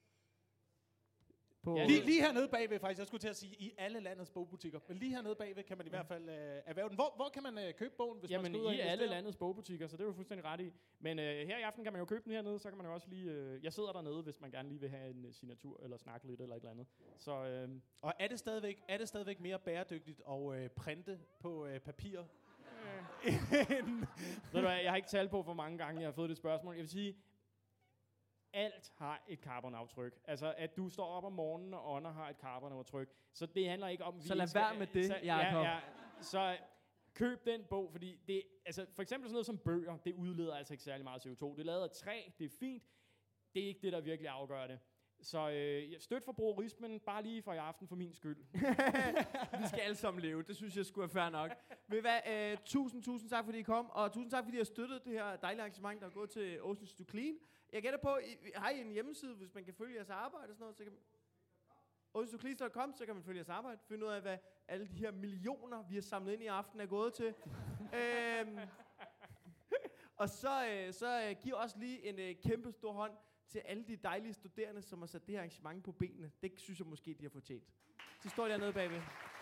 Lige hernede bagved faktisk, jeg skulle til at sige i alle landets bogbutikker, men lige hernede bagved kan man i hvert fald erhverve den. Hvor kan man købe bogen, hvis man skal ud og investere? I alle landets bogbutikker, så det er jo fuldstændig ret i. Men her i aften kan man jo købe den hernede, så kan man jo også lige... jeg sidder dernede, hvis man gerne lige vil have en signatur, eller snakke lidt, eller et eller andet. Så, og er det stadigvæk mere bæredygtigt at printe på papir? Ved du hvad, jeg har ikke talt på, hvor mange gange jeg har fået det spørgsmål. Jeg vil sige... Alt har et carbonaftryk. Altså, at du står op om morgenen, og ånder har et carbonaftryk. Så det handler ikke om... Så lad være med det, Jacob. Ja, så køb den bog, fordi det... Altså, for eksempel sådan noget som bøger, det udleder altså ikke særlig meget CO2. Det er lavet af træ, det er fint. Det er ikke det, der virkelig afgør det. Så støt forbrugerismen, bare lige for i aften for min skyld. Vi skal alle sammen leve, det synes jeg skulle være fair nok. Ved hvad, tusind tak, fordi I kom, og tusind tak, fordi I har støttet det her dejlige arrangement, der er gået til Oceans to Clean. Jeg gætter på, har I en hjemmeside, hvis man kan følge jeres arbejde og sådan noget, så kan man... oceansToClean.com, så kan man følge jeres arbejde, finde ud af, hvad alle de her millioner, vi har samlet ind i aften, er gået til. Og så giv også lige en kæmpe stor hånd til alle de dejlige studerende, som har sat det her arrangement på benene. Det synes jeg måske, de har fortjent. De står dernede bagved.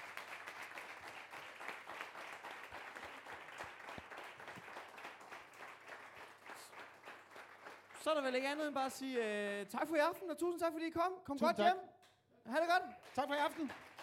Så er der vel ikke andet end bare at sige tak for i aften, og tusind tak, fordi I kom. Kom godt hjem. Ha' det godt. Tak for i aften.